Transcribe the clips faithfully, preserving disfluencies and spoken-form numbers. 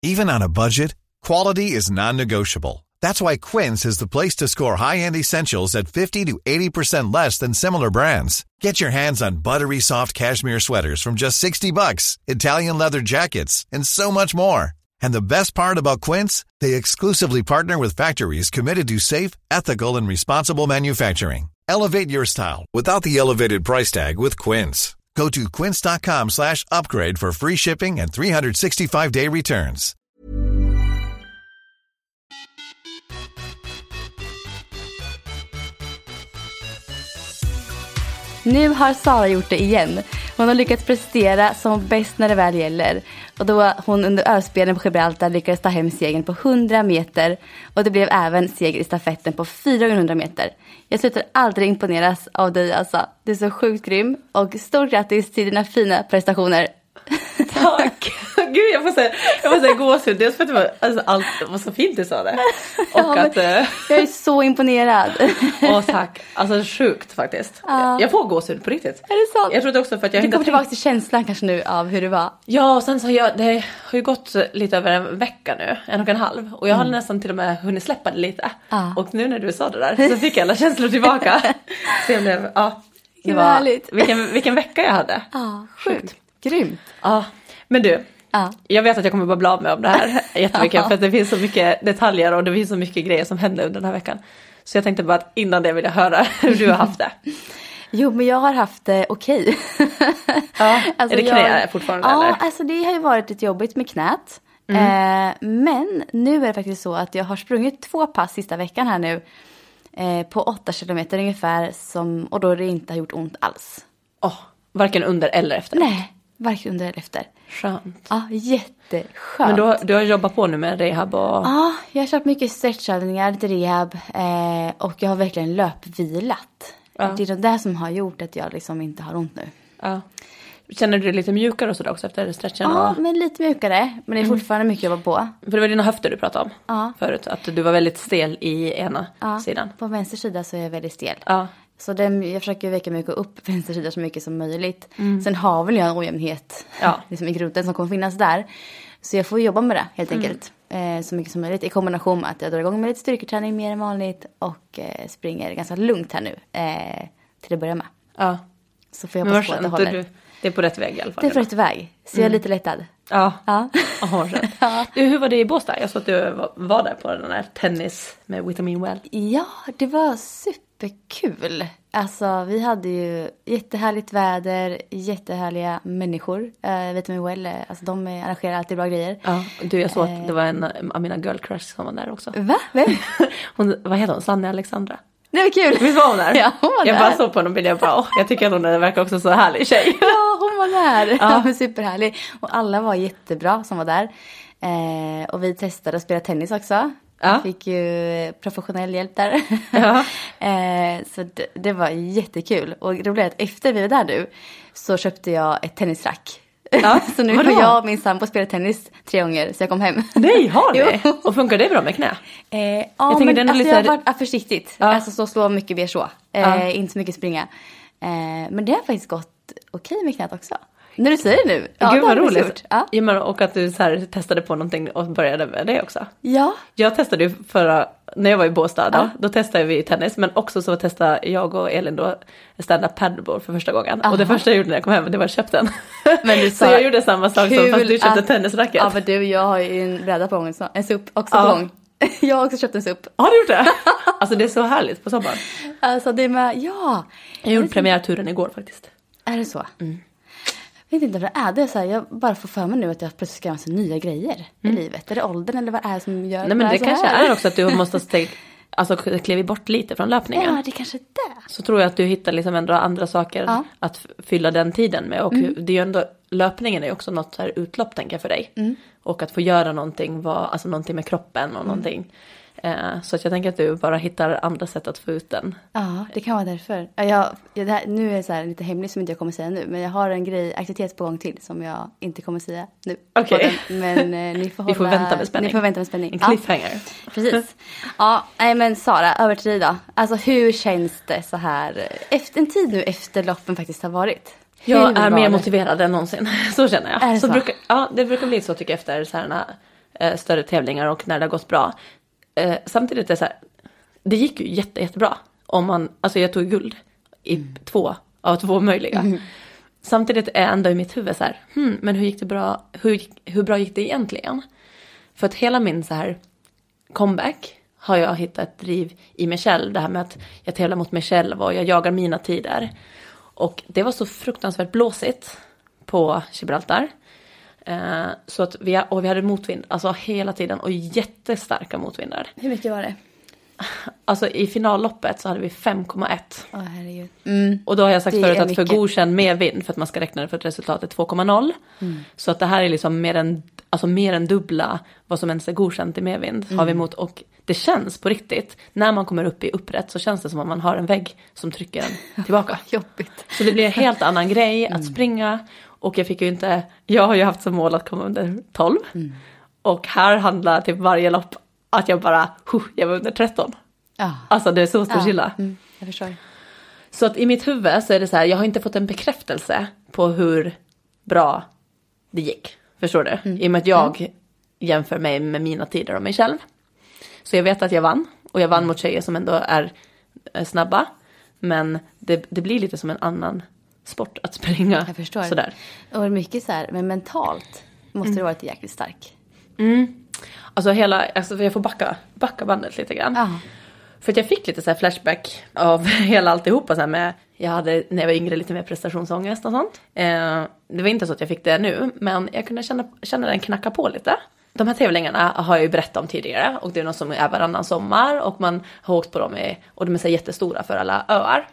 Even on a budget, quality is non-negotiable. That's why Quince is the place to score high-end essentials at fifty to eighty percent less than similar brands. Get your hands on buttery soft cashmere sweaters from just sixty bucks, Italian leather jackets, and so much more. And the best part about Quince, they exclusively partner with factories committed to safe, ethical, and responsible manufacturing. Elevate your style without the elevated price tag with Quince. Go to quince.com slash upgrade for free shipping and three sixty-five day returns. Nu har Sara gjort det igen. Hon har lyckats prestera som bäst när det väl gäller. Och då var hon under ölspelen på Gibraltar lyckades ta hem segern på hundra meter. Och det blev även seger i stafetten på fyrahundra meter. Jag slutar aldrig imponeras av dig alltså. Du är så sjukt grym. Och stort grattis till dina fina prestationer. Tack. Gud, jag får säga, jag får säga gåshud. Dels för att det var, alltså, allt var så fint du sa det. Och ja, att, äh... jag är så imponerad. Åh, tack. Alltså sjukt faktiskt. Ja. Jag får gåshud på riktigt. Är det sant? Jag tror också för att jag du inte kommer tillbaka till känslan kanske nu av hur det var. Ja, och sen så har jag, det har ju gått lite över en vecka nu. En och en halv. Och jag har mm. nästan till och med hunnit släppa det lite. Ja. Och nu när du sa det där så fick jag alla känslor tillbaka. Så jag blev, ja. Det var härligt. Vilken, vilken vecka jag hade. Ja, sjukt. Grymt. Ja, men du. Ja. Jag vet att jag kommer bara bli av med om det här jättemycket. Ja. För att det finns så mycket detaljer och det finns så mycket grejer som händer under den här veckan. Så jag tänkte bara att innan det vill jag höra hur du har haft det. Jo, men jag har haft det okej. Ja, alltså är det knä jag, fortfarande? Ja, eller? Alltså det har ju varit lite jobbigt med knät. Mm. Eh, men nu är det faktiskt så att jag har sprungit två pass sista veckan här nu. Eh, på åtta kilometer ungefär. Som, och då det inte har gjort ont alls. Oh, varken under eller efter? Nej, varken under eller efter. Skönt. Ja, jätteskönt. Men du har, du har jobbat på nu med rehab och... Ja, jag har kört mycket stretchövningar, lite rehab. Eh, och jag har verkligen löpvilat. Ja. Det är det där som har gjort att jag liksom inte har ont nu. Ja. Känner du dig lite mjukare och sådär också efter stretchen? Ja, och... men lite mjukare. Men det är fortfarande mycket att jobba på. För det var dina höfter du pratade om ja. förut. Att du var väldigt stel i ena ja. sidan. På vänster sida så är jag väldigt stel. Ja. Så den, jag försöker väcka mycket upp vänster sida så mycket som möjligt. Mm. Sen har väl jag en ojämnhet ja. liksom i grunden som kommer finnas där. Så jag får jobba med det helt enkelt. Mm. Eh, så mycket som möjligt. I kombination med att jag drar igång med lite styrketräning mer än vanligt. Och eh, springer ganska lugnt här nu. Eh, till att börja med. Ja. Så får jag hoppas på att det håller. Du, det är på rätt väg i alla fall. Det är på rätt väg. Så mm. jag är lite lättad. Ja. Ja. Oh, ja. Du, hur var det i Båstad? Jag såg att du var där på den här tennis med Vitamin Well. Ja, det var superkul. Alltså, vi hade ju jättehärligt väder, jättehärliga människor. Uh, Vitamin Well, alltså de arrangerar alltid bra grejer. Ja, du, jag såg att det var en av mina girl crush som var där också. Va? Vem? Hon, vad heter hon? Sanna Alexandra. Det var kul. Visst var hon där? Ja, hon var jag där. bara såg på honom och blev bara, åh, jag tycker att hon verkar också så härlig tjej. Ja, hon var där. Ja. Ja, superhärlig. Och alla var jättebra som var där. Eh, och vi testade att spela tennis också. Ja. Vi fick ju professionell hjälp där. Ja. eh, så det, det var jättekul. Och det blev att efter vi var där nu så köpte jag ett tennisrack. Ja. Så nu får jag och min sambo spela tennis tre gånger så jag kom hem. Nej, har det? Och funkar det bra med knä? Eh, ja, jag men den alltså lite... jag har varit försiktigt. Ja. Alltså så slå mycket mer så. Eh, ja. Inte så mycket springa. Eh, men det har faktiskt gått okej med knät också. När du säger det nu. Ja, gud vad roligt. Ja. Ja, men, och att du så här testade på någonting och började med det också. Ja. Jag testade ju förra, när jag var i Båstad, ja. då testade vi tennis. Men också så testade jag och Elin då stand-up paddleboard för första gången. Aha. Och det första jag gjorde när jag kom hem, det var att köpte den. Men du sa, så jag gjorde samma sak som fast du köpte att, tennisracket. Ja, men du, jag har ju en bräda på gång, en supp också ja. på gång. Jag har också köpt en supp. Har du gjort det? Alltså det är så härligt på sommaren. Alltså det är med, ja. Jag gjorde premiärturen igår faktiskt. Är det så? Mm. Jag vet inte vad det är. Det är så här, jag bara får för mig nu att jag plötsligt ska göra så nya grejer mm. i livet. Är det åldern eller vad är det som gör Nej, men det, det kanske här? är också att du måste steg, alltså kliva bort lite från löpningen. Ja, det kanske är det. Så tror jag att du hittar liksom ändå andra saker ja. Att fylla den tiden med. Och mm. det är ju ändå, löpningen är ju också något så här utlopp tänker jag för dig. Mm. Och att få göra någonting, var, alltså någonting med kroppen och mm. någonting. Eh, så att jag tänker att du bara hittar andra sätt att få ut den. Ja, det kan vara därför. Jag, jag, det här, nu är det så här lite hemligt som inte jag kommer säga nu. Men jag har en grej, aktivitet på gång till som jag inte kommer säga nu. Okej. Okay. Men eh, ni får hålla, Vi får vänta med spänning. Ni får vänta med spänning. En cliffhanger. Ja, precis. Ja, nej men Sara, över till dig då. Alltså hur känns det så här efter en tid nu efter loppen faktiskt har varit? Jag är mer motiverad än någonsin. Så känner jag. Är det så så? Brukar, ja, det brukar bli så tycker jag efter så här eh, större tävlingar och när det har gått bra. Eh, samtidigt är det så här, det gick ju jätte, jättebra. Om man, alltså jag tog guld i mm. två av två möjliga. Mm. Samtidigt är ändå i mitt huvud så här, hmm, men hur gick det bra, hur, hur bra gick det egentligen? För att hela min så här comeback har jag hittat ett driv i mig själv. Det här med att jag tävlar mot mig själv och jag jagar mina tider. Och det var så fruktansvärt blåsigt på Gibraltar. Eh, så att vi, och vi hade motvind, alltså hela tiden, och jättestarka motvindar. Hur mycket var det? Alltså i finalloppet så hade vi fem komma ett. Åh, herregud. Mm. Och då har jag sagt förut att för godkänd medvind, för att man ska räkna det för ett resultat är två komma noll. Mm. Så att det här är liksom mer än, alltså mer än dubbla vad som ens är godkänt i medvind. Mm. Har vi emot, och det känns på riktigt, när man kommer upp i upprätt så känns det som att man har en vägg som trycker en tillbaka. Jobbigt. Så det blir en helt annan grej att mm. springa. Och jag fick ju inte, jag har ju haft som mål att komma under tolv. Mm. Och här handlar typ varje lopp att jag bara, huh, jag var under tretton. Ja. Alltså det är så stor ja. skillnad. Mm, jag förstår. Så att i mitt huvud så är det så här, jag har inte fått en bekräftelse på hur bra det gick. Förstår du? Mm. I och med att jag mm. jämför mig med mina tider och mig själv. Så jag vet att jag vann. Och jag vann mm. mot tjejer som ändå är, är snabba. Men det, det blir lite som en annan sport att springa. Jag förstår. Sådär. Och mycket så här, men mentalt måste mm. det varit jäkligt stark. Mm. Alltså hela, alltså jag får backa, backa bandet lite grann. Uh. För att jag fick lite så här flashback av hela alltihopa så här med, jag hade när jag var yngre lite mer prestationsångest och sånt. Eh, det var inte så att jag fick det nu, men jag kunde känna, känna den knacka på lite. De här tävlingarna har jag ju berättat om tidigare, och det är något som är varannan sommar, och man har åkt på dem i, och de är så jättestora för alla öar.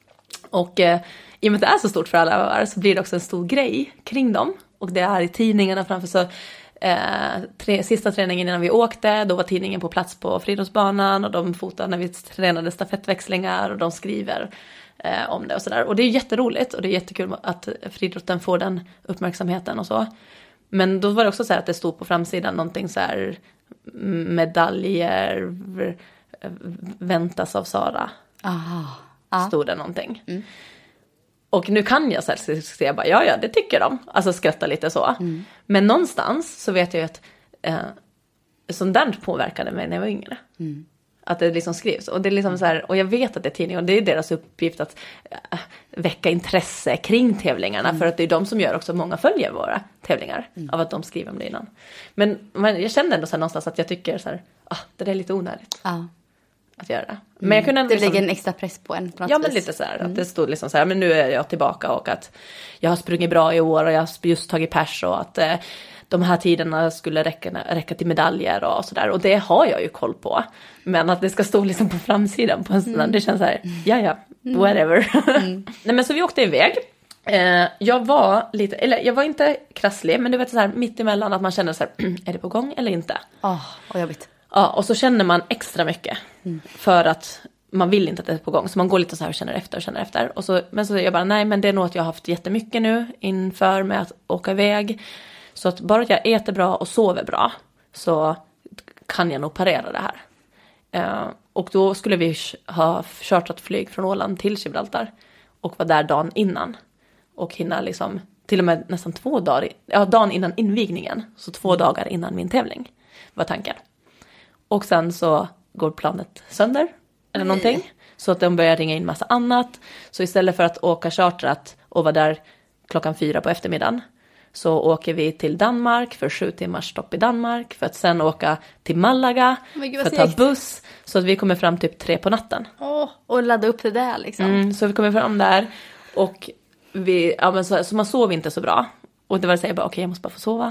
Och eh, i och med att det är så stort för alla öar så blir det också en stor grej kring dem, och det är i tidningarna framför så. Eh, tre, sista träningen innan vi åkte, då var tidningen på plats på friidrottsbanan, och de fotade när vi tränade stafettväxlingar, och de skriver eh, om det och sådär. Och det är jätteroligt, och det är jättekul att friidrotten får den uppmärksamheten och så. Men då var det också så här att det stod på framsidan någonting så här, medaljer väntas av Sara. Aha. Stod det någonting. Mm. Och nu kan jag säga bara, ja ja, det tycker de. Alltså skratta lite så. Mm. Men någonstans så vet jag ju att eh, sånt där påverkade mig när jag var yngre. Mm. Att det liksom skrivs. Och det är liksom så här, och jag vet att det är tidningar, och det är deras uppgift att äh, väcka intresse kring tävlingarna. Mm. För att det är de som gör också, många följer våra tävlingar. Mm. Av att de skriver om det innan. Men, men jag kände ändå så här någonstans att jag tycker så här, ah, det där är lite onödigt. Ja. Att göra det. Men jag kunde ändå det liksom, lägger en extra press på en på något ja, vis. Men lite så här, mm. att det stod liksom så här, men nu är jag tillbaka, och att jag har sprungit bra i år, och jag har just tagit pers, och att eh, de här tiderna skulle räcka, räcka till medaljer och så där. Och det har jag ju koll på. Men att det ska stå liksom på framsidan på en sån, mm. det känns så här, ja ja, whatever. Mm. Nej, men så vi åkte iväg. Eh, jag var lite, eller jag var inte krasslig, men du vet så här mitt emellan att man känner så här, är det på gång eller inte? Åh, oh, vad jobbigt. Ja, och så känner man extra mycket. Mm. För att man vill inte att det är på gång. Så man går lite så här och känner efter och känner efter. Och så, men så säger jag bara, nej men det är nog att jag har haft jättemycket nu inför med att åka iväg. Så att bara att jag äter bra och sover bra, så kan jag nog parera det här. Uh, och då skulle vi ha kört ett flyg från Åland till Gibraltar. Och var där dagen innan. Och hinna liksom, till och med nästan två dagar, ja dagen innan invigningen. Så två mm. dagar innan min tävling var tanken. Och sen så går planet sönder eller någonting. Mm. Så att de börjar ringa in massa annat. Så istället för att åka chartrat och vara där klockan fyra på eftermiddagen, så åker vi till Danmark för sju timmars stopp i Danmark. För att sen åka till Malaga Gud, för att ta buss. Så att vi kommer fram typ tre på natten. Oh, och ladda upp det där liksom. Mm, så vi kommer fram där. Och vi, ja, men så, så man sov inte så bra. Och det var så jag bara, okej okay, jag måste bara få sova.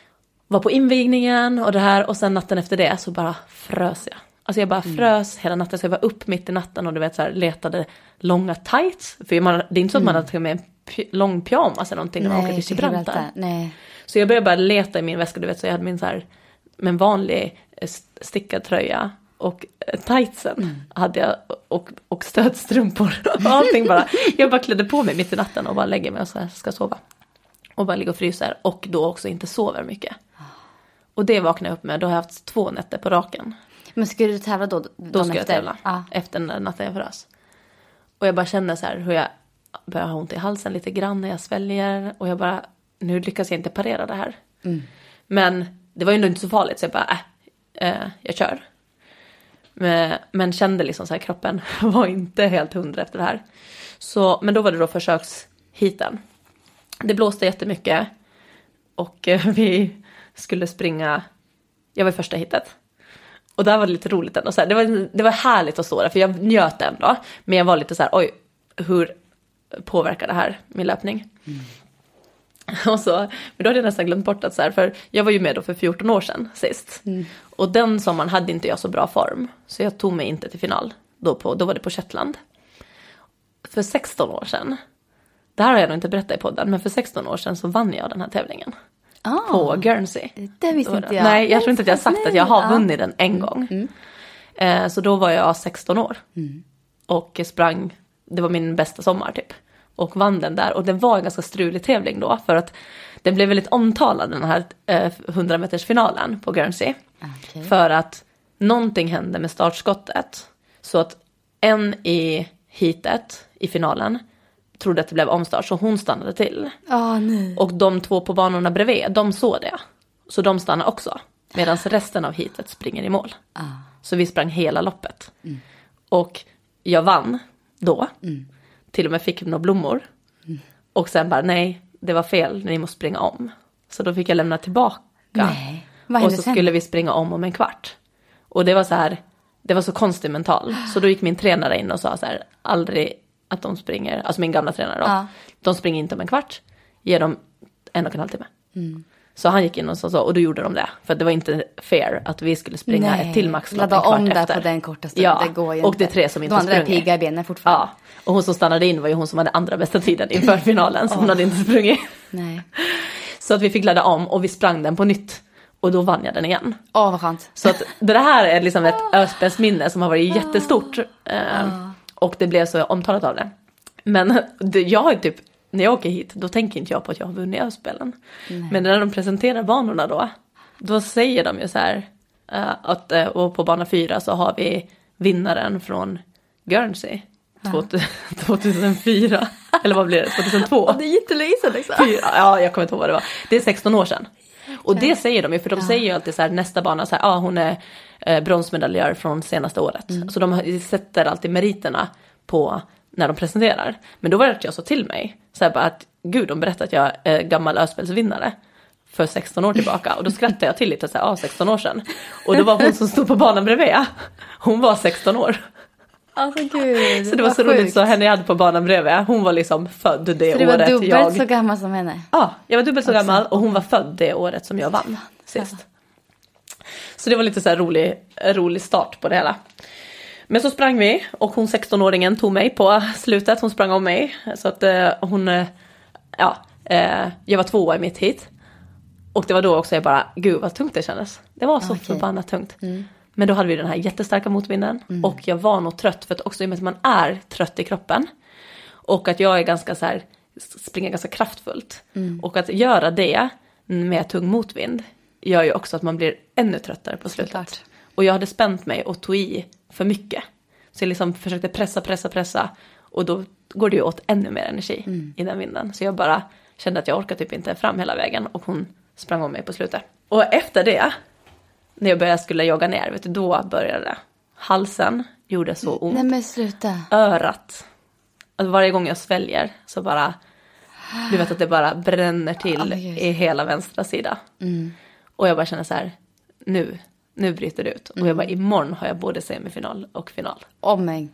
Var på invigningen och det här, och sen natten efter det så bara frös jag. Alltså jag bara mm. frös hela natten, så jag var upp mitt i natten och du vet så här, letade långa tights. För man, det är inte så att man har tagit med en p- lång pyjamas eller någonting när man åker till Gibraltar. Nej. Så jag började bara leta i min väska, du vet, så jag hade min så här, med en vanlig stickad tröja och tightsen mm. hade jag, och, och stödstrumpor och allting bara. Jag bara klädde på mig mitt i natten och bara lägger mig och så här, ska sova. Och bara ligger och fryser, och då också inte sover mycket. Och det vaknade jag upp med. Då har jag haft två nätter på raken. Men skulle du tävla då? Då ska jag tävla. Ah. Efter den natten jag frös. Och jag bara känner så här hur jag börjar ha ont i halsen lite grann när jag sväljer. Och jag bara, nu lyckas jag inte parera det här. Mm. Men det var ju ändå inte så farligt så jag bara, äh, äh jag kör. Men, men kände liksom så här, kroppen var inte helt hundra efter det här. Så, men då var det då försökshiten. Det blåste jättemycket. Och eh, vi skulle springa, jag var i första hitet. Och där var det lite roligt ändå. Så här, det, var, det var härligt att stå där, för jag njöt ändå. Men jag var lite så här, oj, hur påverkar det här min löpning? Mm. Och så, men då hade jag nästan glömt bort att så här, för jag var ju med då för fjorton år sedan sist. Mm. Och den sommaren hade inte jag så bra form. Så jag tog mig inte till final. Då, på, då var det på Shetland. För sexton år sedan, det här har jag nog inte berättat i podden, men för sexton år sedan så vann jag den här tävlingen. Oh, på Guernsey. Det visste inte jag. Nej, jag tror inte att jag har sagt att jag har vunnit den en gång. Mm. Eh, så då var jag sexton år. Mm. Och sprang, det var min bästa sommar typ. Och vann den där. Och det var en ganska strulig tävling då. För att den blev väldigt omtalad, den här eh, hundra meters finalen på Guernsey. Okay. För att någonting hände med startskottet. Så att en i hitet i finalen trodde att det blev omstart, så hon stannade till. Oh, nej. Och de två på banorna bredvid, de såg det. Så de stannade också. Medan resten av hitet springer i mål. Ah. Så vi sprang hela loppet. Mm. Och jag vann då. Mm. Till och med fick några blommor. Mm. Och sen bara, nej, det var fel, ni måste springa om. Så då fick jag lämna tillbaka. Nej. Och så sen? Skulle vi springa om om en kvart. Och det var så här, det var så konstigt mental. Så då gick min tränare in och sa så här, aldrig att de springer, alltså min gamla tränare då, ja. De springer inte om en kvart, ger dem en och en halv timme. Mm. Så han gick in och sa så, och då gjorde de det. För det var inte fair att vi skulle springa Nej. ett till maxlopp en kvart om efter. Där på den korta stunden, ja. det går ju och inte. Det är tre som inte de andra sprungit. De andra är pigga i benen fortfarande. Ja, och hon som stannade in var ju hon som hade andra bästa tiden inför finalen, så oh. hon hade inte sprungit. Nej. Så att vi fick ladda om och vi sprang den på nytt. Och då vann jag den igen. Åh, oh, vad skönt. Så att det här är liksom ett öspensminne som har varit jättestort. Oh. Och det blev så omtalat av det. Men det, jag har typ, när jag åker hit, då tänker inte jag på att jag har vunnit öspelen. Men när de presenterar banorna då, då säger de ju så här, uh, att uh, och på bana fyra så har vi vinnaren från Guernsey. Ja. tjugohundrafyra. Eller vad blir det? tjugohundratvå. Det är jättelänge sedan liksom. Ja, jag kommer inte ihåg vad det var. Det är sexton år sedan. Och det säger de ju, för de ja. säger ju alltid så här, nästa bana så här, ja ah, hon är eh, bronsmedaljör från senaste året. Mm. Så de sätter alltid meriterna på när de presenterar. Men då var det jag så till mig, så här bara att gud, de berättar att jag är gammal öspelsvinnare för sexton år tillbaka. Och då skrattade jag till lite så här, ja ah, sexton år sedan. Och då var hon som stod på banan bredvid, hon var sexton år. Alltså gud, så det var så sjukt. Roligt, så henne jag hade på banan bredvid, hon var liksom född det, det året jag... Så du var dubbelt jag... så gammal som henne? Ja, jag var dubbelt så gammal och hon var född det året som jag vann sist. Så det var lite så här rolig, rolig start på det hela. Men så sprang vi och hon sexton-åringen tog mig på slutet, hon sprang om mig. Så att eh, hon, eh, ja, eh, jag var tvåa i mitt hit. Och det var då också jag bara, gud vad tungt det kändes. Det var så okay. förbannat tungt. Mm. Men då hade vi den här jättestarka motvinden. Mm. Och jag var nog trött. För att också i och med att man är trött i kroppen. Och att jag är ganska så här, springer ganska kraftfullt. Mm. Och att göra det med tung motvind gör ju också att man blir ännu tröttare på slutet. Klart. Och jag hade spänt mig och tog i för mycket. Så jag liksom försökte pressa, pressa, pressa. Och då går det ju åt ännu mer energi mm. i den vinden. Så jag bara kände att jag orkade typ inte fram hela vägen. Och hon sprang om mig på slutet. Och efter det, när jag började skulle jogga ner, vet du, då började det. Halsen gjorde så ont. Nej men sluta. Örat. Alltså varje gång jag sväljer så bara, du vet att det bara bränner till oh, i hela vänstra sida. Mm. Och jag bara känner så här, nu, nu bryter det ut. Mm. Och jag bara, imorgon har jag både semifinal och final. Oh my.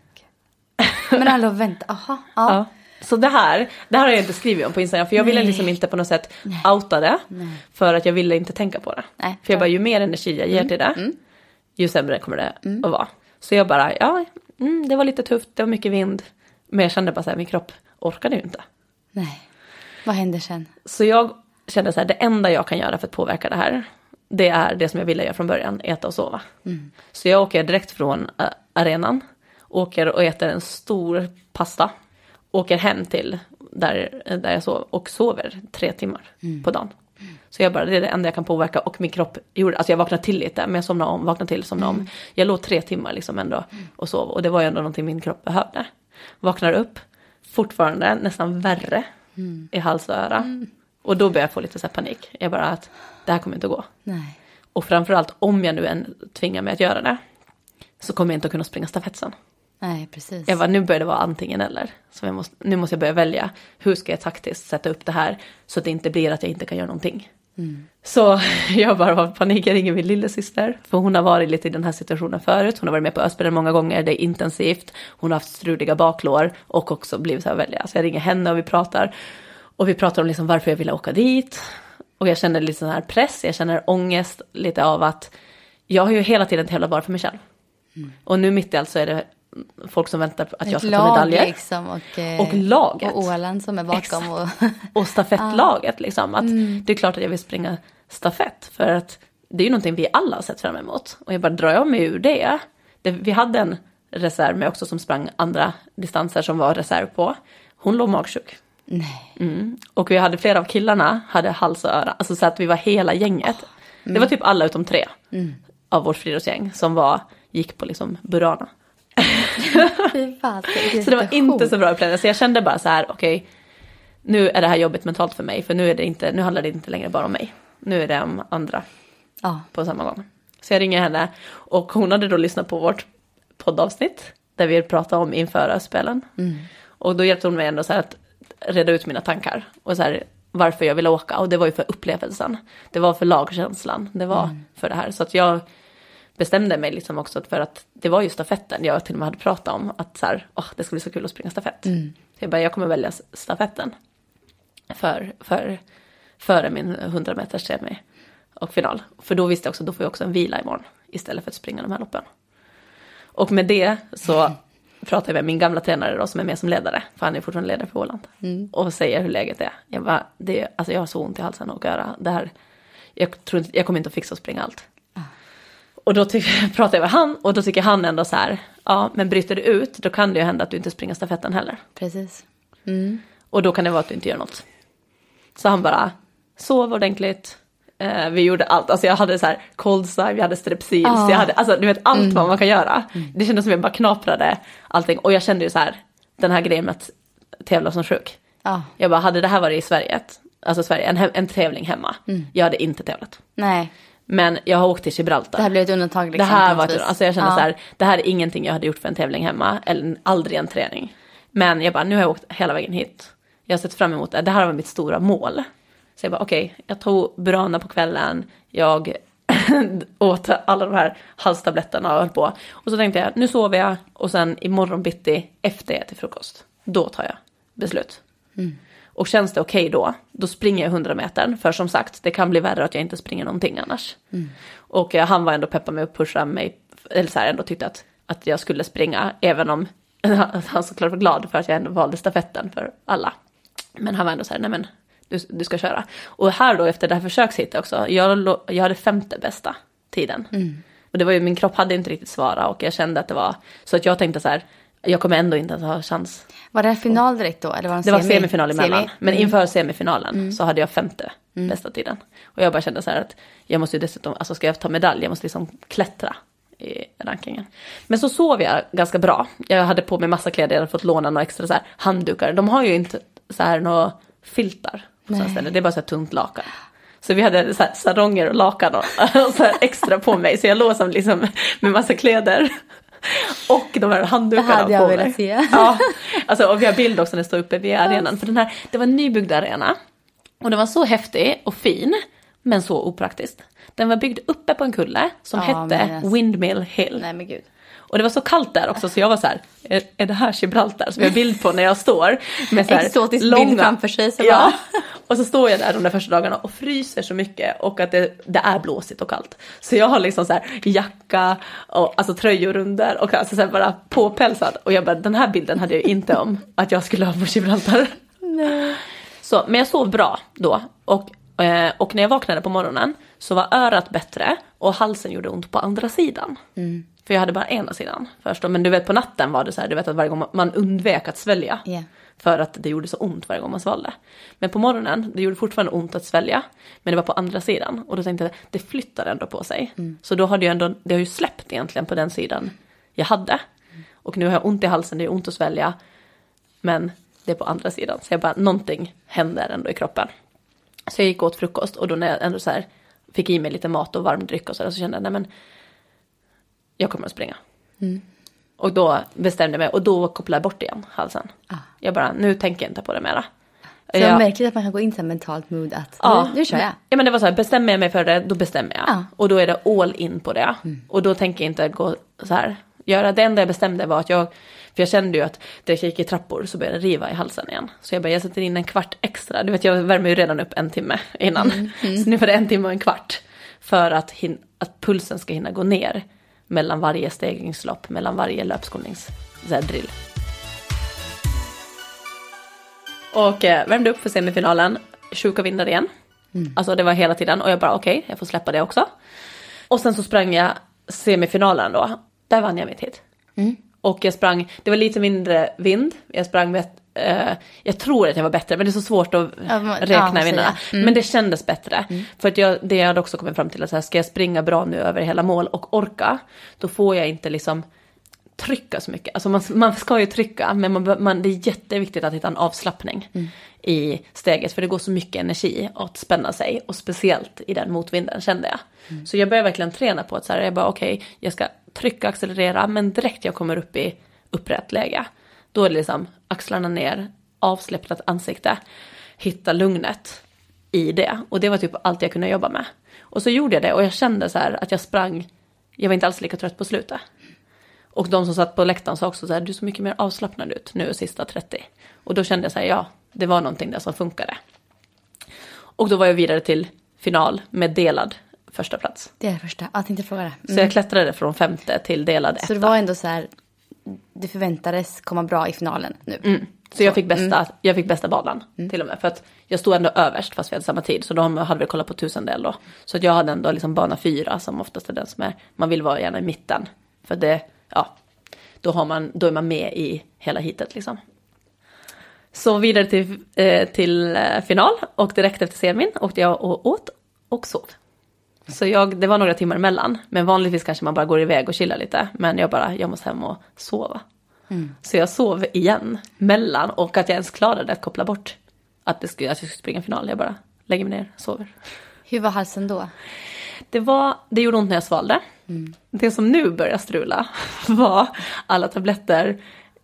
Men hallå, vänta, aha. Ja. Ja. Så det här, det här har jag inte skrivit om på Instagram. För jag ville Nej. liksom inte på något sätt Nej. outa det. Nej. För att jag ville inte tänka på det. Nej, för jag bara, ju mer energi jag ger mm. till det, mm. ju sämre kommer det mm. att vara. Så jag bara, ja, mm, det var lite tufft, det var mycket vind. Men jag kände bara så här, min kropp orkade ju inte. Nej, vad hände sen? Så jag kände så här, det enda jag kan göra för att påverka det här, det är det som jag ville göra från början, äta och sova. Mm. Så jag åker direkt från uh, arenan, åker och äter en stor pasta. Åker hem till där, där jag sov och sover tre timmar mm. på dagen. Mm. Så jag bara, det är det enda jag kan påverka. Och min kropp gjorde, alltså jag vaknade till lite, men jag somnade om, vaknade till, somnade mm. om. Jag låg tre timmar liksom ändå och sov. Och det var ju ändå någonting min kropp behövde. Vaknar upp, fortfarande nästan värre mm. i hals och öra. Mm. Och då började jag få lite så här panik. Jag bara, att det här kommer inte att gå. Nej. Och framförallt om jag nu än tvingar mig att göra det, så kommer jag inte att kunna springa stafett sen. Nej, precis. Jag var, nu börjar det vara antingen eller. Så jag måste, nu måste jag börja välja. Hur ska jag taktiskt sätta upp det här så att det inte blir att jag inte kan göra någonting. Mm. Så jag bara var panik, jag ringer min lillasyster. För hon har varit lite i den här situationen förut. Hon har varit med på Öspelen många gånger, det är intensivt. Hon har haft struliga baklår och också blivit så här välja. Så jag ringer henne och vi pratar. Och vi pratar om liksom varför jag ville åka dit. Och jag känner lite sån här press, jag känner ångest lite av att jag har ju hela tiden tävlat bara för mig själv. Mm. Och nu mitt i allt så är det folk som väntar på att ett jag ska ta medaljer. Liksom och, och laget. Och Åland som är bakom. Och, och stafettlaget liksom. Att mm. Det är klart att jag vill springa stafett. För att det är ju någonting vi alla har sett fram emot. Och jag bara drar jag mig ur det. det vi hade en reserv med också som sprang andra distanser som var reserv på. Hon låg magsjuk. Nej. Mm. Och vi hade flera av killarna hade hals och öra. Alltså så att vi var hela gänget. Oh. Mm. Det var typ alla utom tre mm. av vårt friidrottsgäng som var, gick på liksom Burana. Så det var inte så bra upplevelse. Så jag kände bara så här, okej, okay, nu är det här jobbigt mentalt för mig. För nu, är det inte, nu handlar det inte längre bara om mig. Nu är det om andra ah. på samma gång. Så jag ringer henne och hon hade då lyssnat på vårt poddavsnitt där vi pratade om inför spelen. Mm. Och då hjälpte hon mig ändå så här att reda ut mina tankar. Och så här, varför jag ville åka. Och det var ju för upplevelsen. Det var för lagkänslan. Det var mm. för det här. Så att jag bestämde mig liksom också för att det var ju stafetten jag till och med hade pratat om. Att så här, oh, det skulle bli så kul att springa stafett. Mm. Så jag bara, jag kommer välja stafetten. För, för, före min hundra meters semi och final. För då visste jag också, då får jag också en vila imorgon. Istället för att springa de här loppen. Och med det så pratade jag med min gamla tränare då, som är med som ledare. För han är fortfarande ledare för Åland. Mm. Och säger hur läget är. Jag bara, det, alltså jag har så ont i halsen och öra. Det här, jag, tror inte, jag kommer inte att fixa att springa allt. Mm. Och då tyck, pratade jag med han. Och då tycker han ändå så här. Ja, men bryter du ut, då kan det ju hända att du inte springer stafetten heller. Precis. Mm. Och då kan det vara att du inte gör något. Så han bara, sov ordentligt. Eh, vi gjorde allt. Alltså jag hade så här cold side, jag hade strepsils. Ah. Jag hade, alltså du vet allt mm. vad man kan göra. Mm. Det kändes som jag bara knaprade allting. Och jag kände ju så här, den här grejen med att tävla som sjuk. Ah. Jag bara, hade det här varit i Sverige, alltså Sverige, en, en tävling hemma. Mm. Jag hade inte tävlat. Nej. Men jag har åkt till Gibraltar. Det här blev ett undantag liksom. Det här var, alltså jag kände ah. så här, det här är ingenting jag hade gjort för en tävling hemma. Eller aldrig en träning. Men jag bara, nu har jag åkt hela vägen hit. Jag har sett fram emot det. Det här var mitt stora mål. Så jag bara, okej, okay, jag tog Burana på kvällen. Jag åt alla de här halstabletterna och höll på. Och så tänkte jag, nu sover jag. Och sen imorgon bitti efter jag till frukost. Då tar jag beslut. Mm. Och känns det okej okay då, då springer jag hundra meter. För som sagt, det kan bli värre att jag inte springer någonting annars. Mm. Och eh, han var ändå peppad med att pusha mig. Eller så här, ändå tyckte att, att jag skulle springa. Även om han såklart var glad för att jag ändå valde stafetten för alla. Men han var ändå så här, nej men... Du, du ska köra. Och här då efter det här försökshittet också. Jag, jag hade femte bästa tiden. Mm. Och det var ju, min kropp hade inte riktigt svara. Och jag kände att det var. Så att jag tänkte så här. Jag kommer ändå inte att ha chans. Var det final direkt då? Eller var det det semi? var semifinal emellan. Mm. Men inför semifinalen mm. så hade jag femte mm. bästa tiden. Och jag bara kände så här att. Jag måste ju dessutom. Alltså ska jag ta medalj. Jag måste liksom klättra i rankingen. Men så sov jag ganska bra. Jag hade på mig massa kläder. Jag hade fått låna några extra så här handdukar. De har ju inte så här några filtar. På ställen. Det är bara så här tunt lakan. Så vi hade så här saronger och lakan och, och så här extra på mig. Så jag låg som liksom med massa kläder. Och de här handdukarna på mig. Det hade jag velat se. Ja, alltså, och vi har bild också när det står uppe vid arenan. För den här, det var en nybyggd arena. Och den var så häftig och fin. Men så opraktiskt. Den var byggd uppe på en kulle som ja, hette Windmill Hill. Nej men gud. Och det var så kallt där också så jag var så här, är, är det här Gibraltar? Så vi har bild på när jag står med så här exotisk långa bild framför sig. Så ja. Och så står jag där de där första dagarna och fryser så mycket och att det, det är blåsigt och kallt. Så jag har liksom så här jacka och alltså tröjor under och alltså så här bara påpälsad. Och jag bara, den här bilden hade jag inte om att jag skulle ha på Gibraltar. Nej. Så, men jag sov bra då och Och när jag vaknade på morgonen så var örat bättre och halsen gjorde ont på andra sidan. Mm. För jag hade bara ena sidan först. Men du vet på natten var det så här, du vet att varje gång man undvek att svälja. Yeah. För att det gjorde så ont varje gång man svalde. Men på morgonen, det gjorde fortfarande ont att svälja. Men det var på andra sidan. Och då tänkte jag, det flyttar ändå på sig. Mm. Så då hade jag ändå, det har ju släppt egentligen på den sidan jag hade. Mm. Och nu har jag ont i halsen, det är ont att svälja. Men det är på andra sidan. Så jag bara, någonting händer ändå i kroppen. Så jag gick åt frukost och då när jag ändå så här fick i mig lite mat och varm dryck och så där, så kände jag, nej men jag kommer att springa. Mm. Och då bestämde jag mig, och då kopplade jag bort igen halsen. Ah. Jag bara, nu tänker jag inte på det mera. Så jag märker att man kan gå in i mentalt mood att ja, nu, nu kör jag. Ja, men det var så här, bestämmer jag mig för det, då bestämmer jag. Ja. Och då är det all in på det. Mm. Och då tänker jag inte gå så här, göra. Det enda jag bestämde var att jag, för jag kände ju att direkt jag gick i trappor så började det riva i halsen igen. Så jag bara, jag sätter in en kvart extra. Du vet, jag värmer ju redan upp en timme innan. Mm. Mm. Så nu var det en timme och en kvart. För att, hin- att pulsen ska hinna gå ner mellan varje stegringslopp, mellan varje löpskolningsdrill. Och eh, värmde upp för semifinalen. Sjuka vindar igen. Mm. Alltså det var hela tiden. Och jag bara okej, okay, jag får släppa det också. Och sen så sprang jag semifinalen då. Där vann jag mitt hit. Mm. Och jag sprang, det var lite mindre vind. Jag sprang med, eh, jag tror att jag var bättre. Men det är så svårt att ja, men, räkna ja, vindarna. Mm. Men det kändes bättre. Mm. För att jag, det jag hade också kommit fram till att så här, ska jag springa bra nu över hela mål och orka. Då får jag inte liksom trycka så mycket. Alltså man, man ska ju trycka, men man, man, det är jätteviktigt att hitta en avslappning mm. i steget. För det går så mycket energi att spänna sig. Och speciellt i den motvinden kände jag. Mm. Så jag började verkligen träna på att så här, jag bara okej, okay, jag ska trycka, accelerera. Men direkt jag kommer upp i upprätt läge. Då är det liksom axlarna ner, avsläppt ansikte. Hitta lugnet i det. Och det var typ allt jag kunde jobba med. Och så gjorde jag det och jag kände så här att jag sprang, jag var inte alls lika trött på slutet. Och de som satt på läktaren sa också så här, du är så mycket mer avslappnad ut nu sista trettio. Och då kände jag så här, ja, det var någonting där som funkade. Och då var jag vidare till final med delad första plats. Det är första, jag tänkte fråga det. Mm. Så jag klättrade från femte till delad etta. Så det var ändå så här, det förväntades komma bra i finalen nu. Mm. Så, så jag fick bästa, mm. jag fick bästa banan mm. till och med. För att jag stod ändå överst fast vi hade samma tid. Så de hade vi kollat på tusendel då. Så att jag hade ändå liksom bana fyra som oftast är den som är, man vill vara gärna i mitten. För det, ja, då, har man, då är man med i hela hitet liksom. Så vidare till, eh, till eh, final. Och direkt efter semin åkte jag och åt och sov. Så jag, det var några timmar emellan. Men vanligtvis kanske man bara går iväg och chillar lite. Men jag bara, jag måste hem och sova. Mm. Så jag sov igen mellan. Och att jag ens klarade att koppla bort att, det skulle, att jag skulle springa final. Jag bara lägger mig ner och sover. Hur var halsen då? Det, var, det gjorde ont när jag svalde. Mm. Det som nu började strula var alla tabletter,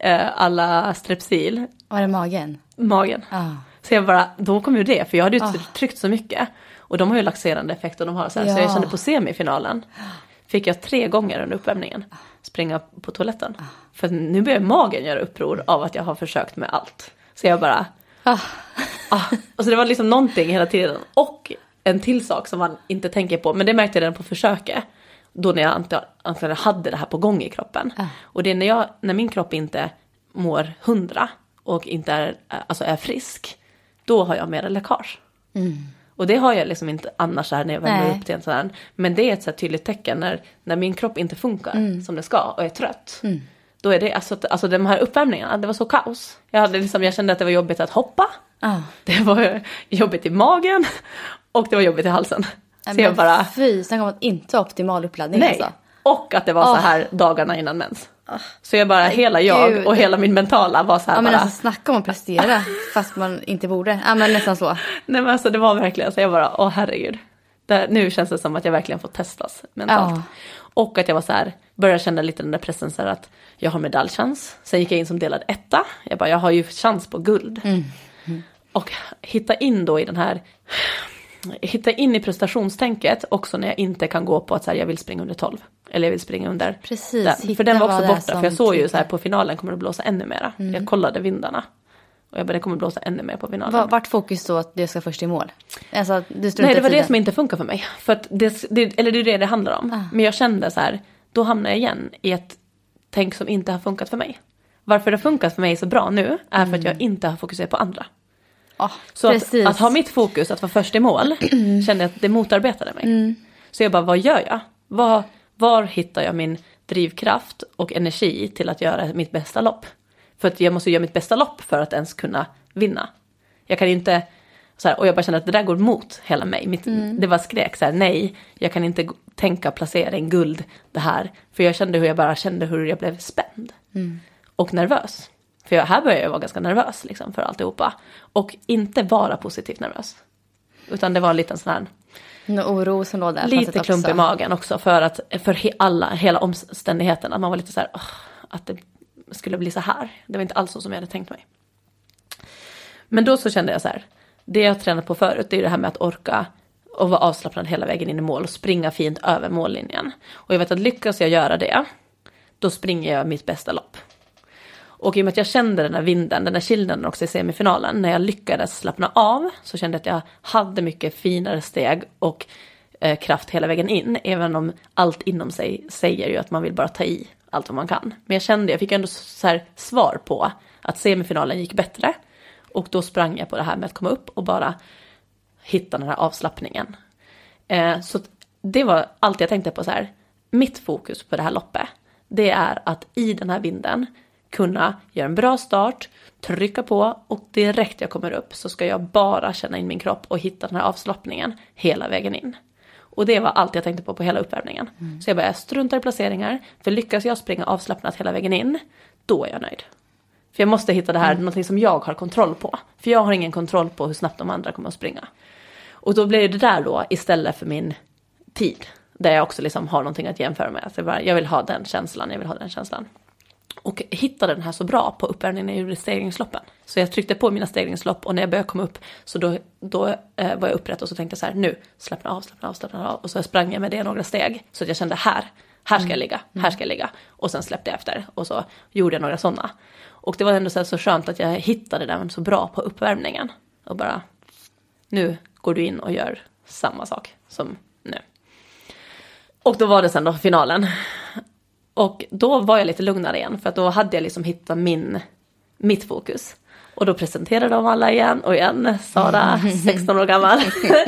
alla Strepsil. Var det magen? Magen. Ah. Så jag bara, då kom ju det. För jag hade ju ah. tryckt så mycket. Och de har ju laxerande effekt och de har så här. Ja. Så jag kände på semifinalen. Fick jag tre gånger under uppvärmningen springa på toaletten. Ah. För nu börjar magen göra uppror av att jag har försökt med allt. Så jag bara... Ah. Ah. Och så det var liksom någonting hela tiden. Och en till sak som man inte tänker på. Men det märkte jag redan på försöket. Då när jag antagligen hade det här på gång i kroppen. Ah. Och det är när, jag, när min kropp inte mår hundra. Och inte är, alltså är frisk. Då har jag mer läckage. Mm. Och det har jag liksom inte annars här när jag värmer upp till en sån här. Men det är ett så här tydligt tecken när, när min kropp inte funkar mm. som det ska och är trött. Mm. Då är det, alltså, alltså de här uppvärmningarna, det var så kaos. Jag, hade liksom, jag kände att det var jobbigt att hoppa. Ah. Det var jobbigt i magen och det var jobbigt i halsen. Så men jag bara... Fy, snacka om att inte ha optimal uppladdning. Nej, alltså. Och att det var oh. så här dagarna innan mens. Oh. Så jag bara, hela jag Gud. Och hela min mentala var så här ja, men bara... alltså snacka om att prestera fast man inte borde. Ja, men nästan så. Nej, men alltså det var verkligen så jag bara, åh herregud. Det, nu känns det som att jag verkligen får testas mentalt. Oh. Och att jag var så här, började känna lite den där pressen så här att jag har medaljchans. Sen gick jag in som delad etta. Jag bara, jag har ju chans på guld. Mm. Mm. Och hitta in då i den här... Hitta in i prestationstänket också när jag inte kan gå på att så här, jag vill springa under tolv. Eller jag vill springa under... Precis. För den var också borta. För jag såg ju så här på finalen kommer det blåsa ännu mera. Mm. Jag kollade vindarna. Och jag bara, det kommer blåsa ännu mer på finalen. Vart fokus då att det ska först i mål? Alltså, du Nej, det var tiden. Det som inte funkar för mig. För att det, det, eller det är det det handlar om. Ah. Men jag kände så här, då hamnar jag igen i ett tänk som inte har funkat för mig. Varför det har funkat för mig så bra nu är för att jag inte har fokuserat på andra. Oh, så att, att ha mitt fokus, att vara först i mål, mm. kände jag att det motarbetade mig. Mm. Så jag bara, vad gör jag? Var, var hittar jag min drivkraft och energi till att göra mitt bästa lopp? För att jag måste göra mitt bästa lopp för att ens kunna vinna. Jag kan inte, så här, och jag bara kände att det där går mot hela mig. Mitt, mm. Det var skrek så här, nej, jag kan inte tänka placering, guld, det här. För jag kände hur jag bara kände hur jag blev spänd. Mm. Och nervös. För jag, här började jag vara ganska nervös liksom, för alltihopa. Och inte vara positivt nervös. Utan det var en liten sån här... Någon oro som låg där. Lite klump också i magen också. För att för he, alla, hela omständigheten. Att man var lite så här... Oh, att det skulle bli så här. Det var inte alls så som jag hade tänkt mig. Men då så kände jag så här. Det jag tränat på förut, det är det här med att orka... och vara avslappnad hela vägen in i mål. Och springa fint över mållinjen. Och jag vet att lyckas jag göra det... då springer jag mitt bästa lopp. Och i och med att jag kände den här vinden, den här kilden också i semifinalen, när jag lyckades slappna av så kände jag att jag hade mycket finare steg och eh, kraft hela vägen in. Även om allt inom sig säger ju att man vill bara ta i allt vad man kan. Men jag kände, jag fick ändå så här svar på att semifinalen gick bättre. Och då sprang jag på det här med att komma upp och bara hitta den här avslappningen. Eh, så det var allt jag tänkte på så här. Mitt fokus på det här loppet, det är att i den här vinden kunna göra en bra start, trycka på och direkt jag kommer upp så ska jag bara känna in min kropp och hitta den här avslappningen hela vägen in. Och det var allt jag tänkte på på hela uppvärmningen. Mm. Så jag började strunta i placeringar, för lyckas jag springa avslappnat hela vägen in, då är jag nöjd. För jag måste hitta det här, mm. någonting som jag har kontroll på. För jag har ingen kontroll på hur snabbt de andra kommer att springa. Och då blir det där då istället för min tid. Där jag också liksom har någonting att jämföra med. Så jag, bara, jag vill ha den känslan, jag vill ha den känslan. Och hittade den här så bra på uppvärmningen när jag gjorde stegringsloppen. Så jag tryckte på mina stegringslopp och när jag började komma upp så då, då eh, var jag upprätt och så tänkte jag så här, nu slappna av, slappna av, slappna av. Och så sprang jag med det några steg så att jag kände här, här ska jag ligga, här ska jag ligga. Och sen släppte jag efter och så gjorde jag några sådana. Och det var ändå så, så skönt att jag hittade den så bra på uppvärmningen. Och bara, nu går du in och gör samma sak som nu. Och då var det sen då finalen. Och då var jag lite lugnare igen. För att då hade jag liksom hittat min, mitt fokus. Och då presenterade de alla igen. Och igen, Sara, sexton år gammal.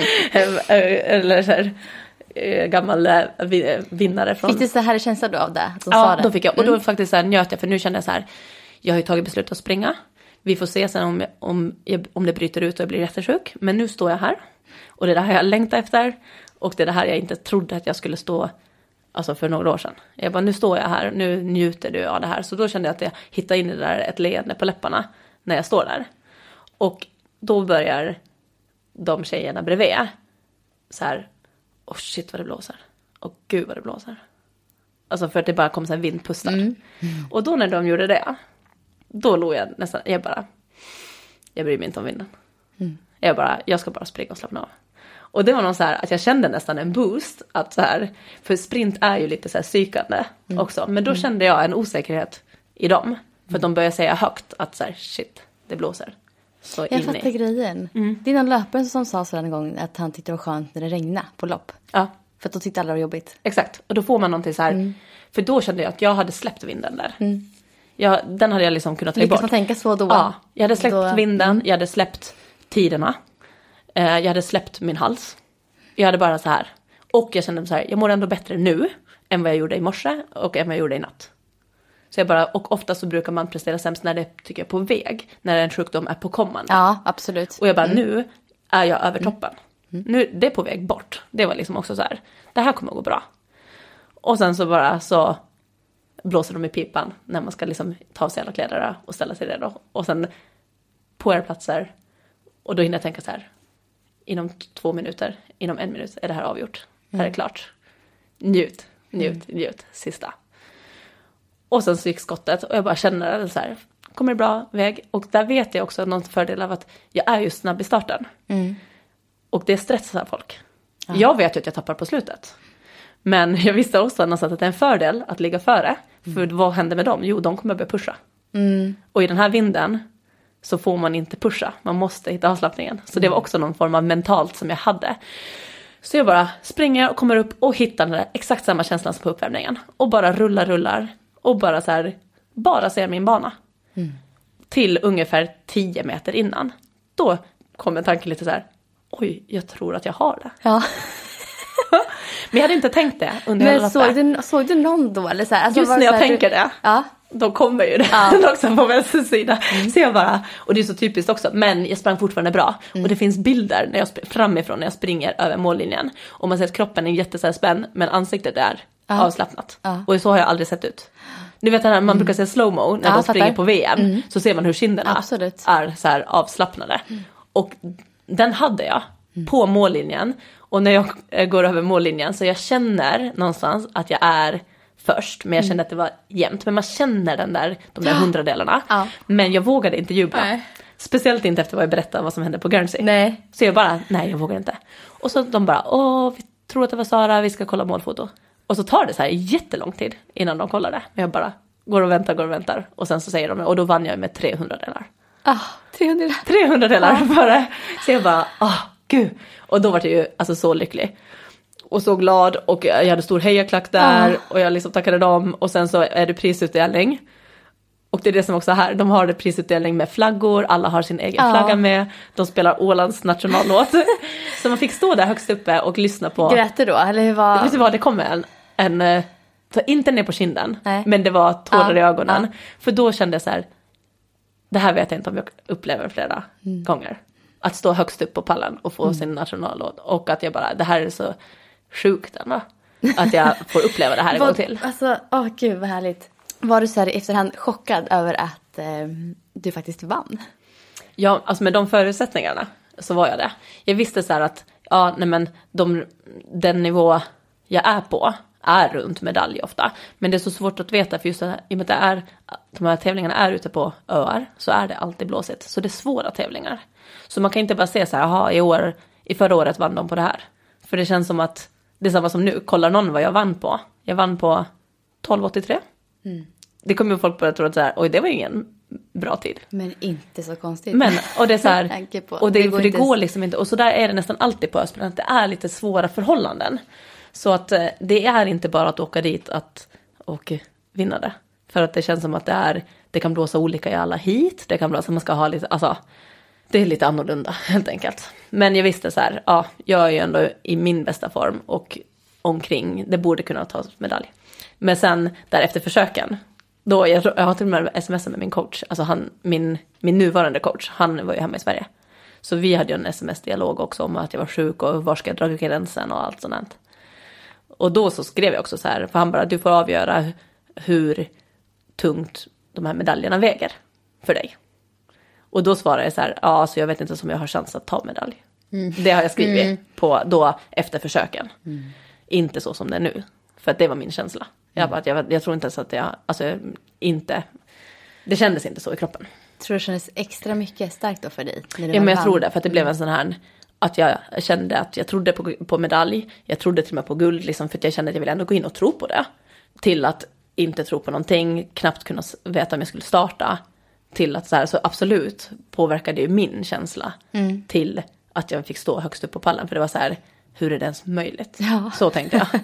Eller så här, gammal vinnare. Från... Fick du så här känsla då av det? Ja, då fick jag. Och då faktiskt så här, njöt jag. För nu kände jag så här, jag har ju tagit beslut att springa. Vi får se sen om, om, om det bryter ut och jag blir jättesjuk. Men nu står jag här. Och det där har jag längtat efter. Och det är det här jag inte trodde att jag skulle stå alltså för några år sedan. Jag bara, nu står jag här, nu njuter du av det här. Så då kände jag att jag hittade in i det där ett leende på läpparna när jag står där. Och då börjar de tjejerna bredvid så här, åh oh shit vad det blåser. Och gud vad det blåser. Alltså för att det bara kom så här vindpustar. Mm. Mm. Och då när de gjorde det, då låg jag nästan, jag bara, jag bryr mig inte om vinden. Mm. Jag bara, jag ska bara springa och slappna av. Och det var någon så här att jag kände nästan en boost. Att så här, för sprint är ju lite så här psykande mm. också. Men då mm. kände jag en osäkerhet i dem. För mm. att de började säga högt att så här, shit, det blåser. Så jag in fattar i. grejen. Mm. Det är någon löpare som sa så en gång att han tyckte det var skönt när det regnade på lopp. Ja. För att då tyckte alla det var jobbigt. Exakt. Och då får man någonting så här. Mm. För då kände jag att jag hade släppt vinden där. Mm. Jag, den hade jag liksom kunnat ta bort. Lyckas man tänka så då? Ja, jag hade släppt då... vinden. Mm. Jag hade släppt tiderna. Jag hade släppt min hals. Jag hade bara så här. Och jag kände så här. Jag mår ändå bättre nu. Än vad jag gjorde i morse. Och än vad jag gjorde i natt. Så jag bara. Och ofta så brukar man prestera sämst. När det tycker jag på väg. När en sjukdom är på kommande. Ja, absolut. Och jag bara. Mm. Nu är jag över Mm. toppen. Mm. Nu det är på väg bort. Det var liksom också så här. Det här kommer att gå bra. Och sen så bara så. Blåser de i pipan. När man ska liksom ta av sig alla kläder. Och ställa sig redo. Och sen. På era platser. Och då hinner jag tänka så här. Inom två minuter, inom en minut är det här avgjort. Mm. Här är klart. Njut, njut, mm. njut. Sista. Och sen så gick skottet och jag bara känner så här. Kommer det bra väg? Och där vet jag också någon fördel av att jag är ju snabb i starten. Mm. Och det stressar folk. Ja. Jag vet ju att jag tappar på slutet. Men jag visste också någonstans att det är en fördel att ligga före. Mm. För vad händer med dem? Jo, de kommer börja pusha. Mm. Och i den här vinden så får man inte pusha. Man måste hitta avslappningen. Så det var också någon form av mentalt som jag hade. Så jag bara springer och kommer upp och hittar den där exakt samma känslan som på uppvärmningen. Och bara rullar, rullar. Och bara så här, bara ser min bana. Mm. Till ungefär tio meter innan. Då kommer tanken lite så här, oj, jag tror att jag har det. Ja. Men jag hade inte tänkt det under Men hela såg du, såg du någon då? Eller så här? Alltså, just när jag här, tänker du... det. Ja. Då kommer ju det ja. också på vänster sida. Mm. Så jag bara, och det är så typiskt också, men jag sprang fortfarande bra. Mm. Och det finns bilder när jag sp- framifrån när jag springer över mållinjen. Och man ser att kroppen är jättespänd, men ansiktet är ja. avslappnat. Ja. Och så har jag aldrig sett ut. Du vet när man mm. brukar se slow-mo när ja, de springer på V M. Mm. Så ser man hur kinderna Absolut. är så här avslappnade. Mm. Och den hade jag mm. på mållinjen. Och när jag går över mållinjen så jag känner någonstans att jag är först. Men jag kände mm. att det var jämnt. Men man känner den där, de där hundradelarna. Ja. Men jag vågade inte jubla. Nej. Speciellt inte efter vad jag berättade vad som hände på Guernsey. Nej. Så jag bara, nej jag vågar inte. Och så de bara, åh vi tror att det var Sara, vi ska kolla målfoto. Och så tar det så här jättelång tid innan de kollar det. Men jag bara går och väntar, går och väntar. Och sen så säger de, och då vann jag med trehundra delar. Ah, trehundra. trehundra delar ah. före. Så jag bara, åh gud. Och då var jag ju alltså så lycklig. Och så glad. Och jag hade stor hejaklack där. Ah. Och jag liksom tackade dem. Och sen så är det prisutdelning. Och det är det som också är här. De har det prisutdelning med flaggor. Alla har sin egen ah. flagga med. De spelar Ålands nationallåt. Så man fick stå där högst uppe och lyssna på. Grät du då? Eller hur var... Vet du vad, det kom en... en inte ner på kinden. Nej. Men det var tårar ah. i ögonen. Ah. För då kände jag så här... Det här vet jag inte om jag upplever flera mm. gånger. Att stå högst upp på pallen och få mm. sin nationallåt. Och att jag bara, det här är så sjukt ändå. Att jag får uppleva det här en gång till. Alltså, åh gud vad härligt. Var du så här i efterhand chockad över att eh, du faktiskt vann? Ja, alltså med de förutsättningarna så var jag det. Jag visste så här att, ja nej men de, den nivå jag är på är runt medalj ofta. Men det är så svårt att veta för just det här, i och med att det är, de här tävlingarna är ute på öar så är det alltid blåsigt. Så det är svåra tävlingar. Så man kan inte bara se så här, jaha i år, i förra året vann de på det här. För det känns som att, det är samma som nu, kollar någon vad jag vann på. Jag vann på tolv åttiotre. Mm. Det kommer ju folk börja tro att så här, oj det var ingen bra tid. Men inte så konstigt. Men, och det är så här, och det, det, går, för det går liksom inte, och så där är det nästan alltid på Öspelen, att det är lite svåra förhållanden. Så att det är inte bara att åka dit att, och vinna det. För att det känns som att det är, det kan blåsa olika i alla hit. Det kan blåsa, man ska ha lite, alltså, det är lite annorlunda helt enkelt. Men jag visste så här, ja, jag är ju ändå i min bästa form och omkring, det borde kunna ta medalj. Men sen där efter försöken, då, jag, jag har till och med smsat med min coach, alltså han, min, min nuvarande coach, han var ju hemma i Sverige. Så vi hade ju en sms-dialog också om att jag var sjuk och var ska jag dra gränsen och allt sånt. Och då så skrev jag också så här, för han bara, du får avgöra hur tungt de här medaljerna väger för dig. Och då svarade jag så här, ja så jag vet inte om jag har chans att ta medalj. Mm. Det har jag skrivit mm. på då efter försöken. Mm. Inte så som det är nu, för att det var min känsla. Jag, bara, jag, jag tror inte ens att jag, alltså inte, det kändes inte så i kroppen. Tror du det kändes extra mycket starkt då för dig? Ja men jag vann? tror det, för att det blev en sån här... Att jag kände att jag trodde på, på medalj. Jag trodde till och med på guld. Liksom, för att jag kände att jag ville ändå gå in och tro på det. Till att inte tro på någonting. Knappt kunna veta om jag skulle starta. Till att så här, så absolut påverkade ju min känsla. Mm. Till att jag fick stå högst upp på pallen. För det var så här, hur är det ens möjligt? Ja. Så tänkte jag.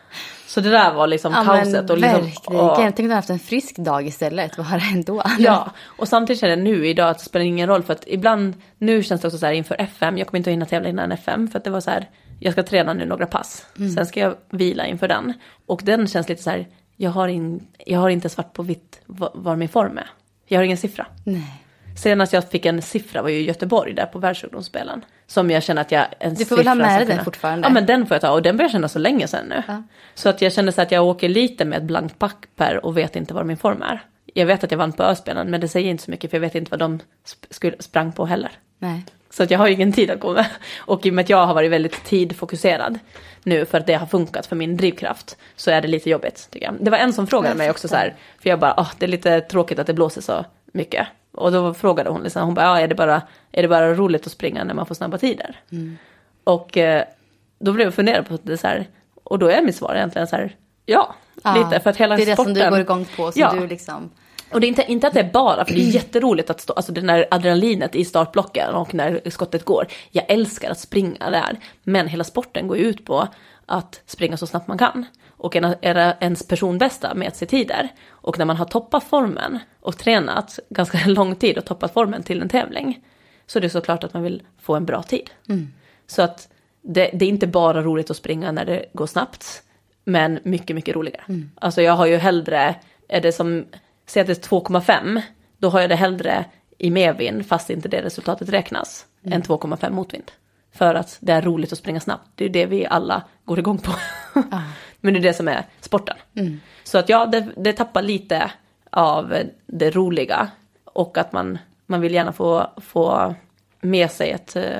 Så det där var liksom ja, kaoset. Och liksom, verkligen. Och, jag tänkte att jag haft en frisk dag istället. Vad har det ändå? Ja, och samtidigt känner jag nu idag att det spelar ingen roll. För att ibland, nu känns det också så här inför F M. Jag kommer inte att hinna tävla innan F M. För att det var så här, jag ska träna nu några pass. Mm. Sen ska jag vila inför den. Och den känns lite så här, jag har, in, jag har inte svart på vitt var, var min form är. Jag har ingen siffra. Nej. Senast jag fick en siffra var ju i Göteborg där på världsungdomsspelen. Som jag känner att jag... En du får väl ha med dig den fortfarande? Ja men den får jag ta och den börjar känna så länge sedan nu. Ja. Så att jag känner så att jag åker lite med ett blankt papper och vet inte vad min form är. Jag vet att jag vann på Öspelen men det säger inte så mycket för jag vet inte vad de sp- sprang på heller. Nej. Så att jag har ju ingen tid att gå med. Och i och med att jag har varit väldigt tidfokuserad nu för att det har funkat för min drivkraft så är det lite jobbigt tycker jag. Det var en som frågade mig också så här, för jag bara, åh, det är lite tråkigt att det blåser så mycket. Och då frågade hon liksom, hon bara, ja, är det bara, är det bara roligt att springa när man får snabba tider? Mm. Och eh, då blev jag funderad på det så här, och då är mitt svar egentligen så här, ja, ja lite. För att hela det är sporten, det som du går igång på, som ja. du liksom... Och det är inte, inte att det är bara, för det är jätteroligt att stå, alltså det där adrenalinet i startblocken och när skottet går. Jag älskar att springa där, men hela sporten går ut på att springa så snabbt man kan. Och är det ens personbästa med sig tider. Och när man har toppat formen och tränat ganska lång tid och toppat formen till en tävling. Så är det såklart att man vill få en bra tid. Mm. Så att det, det är inte bara roligt att springa när det går snabbt. Men mycket, mycket roligare. Mm. Alltså jag har ju hellre, är det som, säg att det är två komma fem. Då har jag det hellre i medvind fast inte det resultatet räknas. Mm. Än två komma fem motvind. För att det är roligt att springa snabbt. Det är det vi alla går igång på. Ah. Men det är det som är sporten. Mm. Så att ja, det, det tappar lite av det roliga. Och att man, man vill gärna få, få med sig ett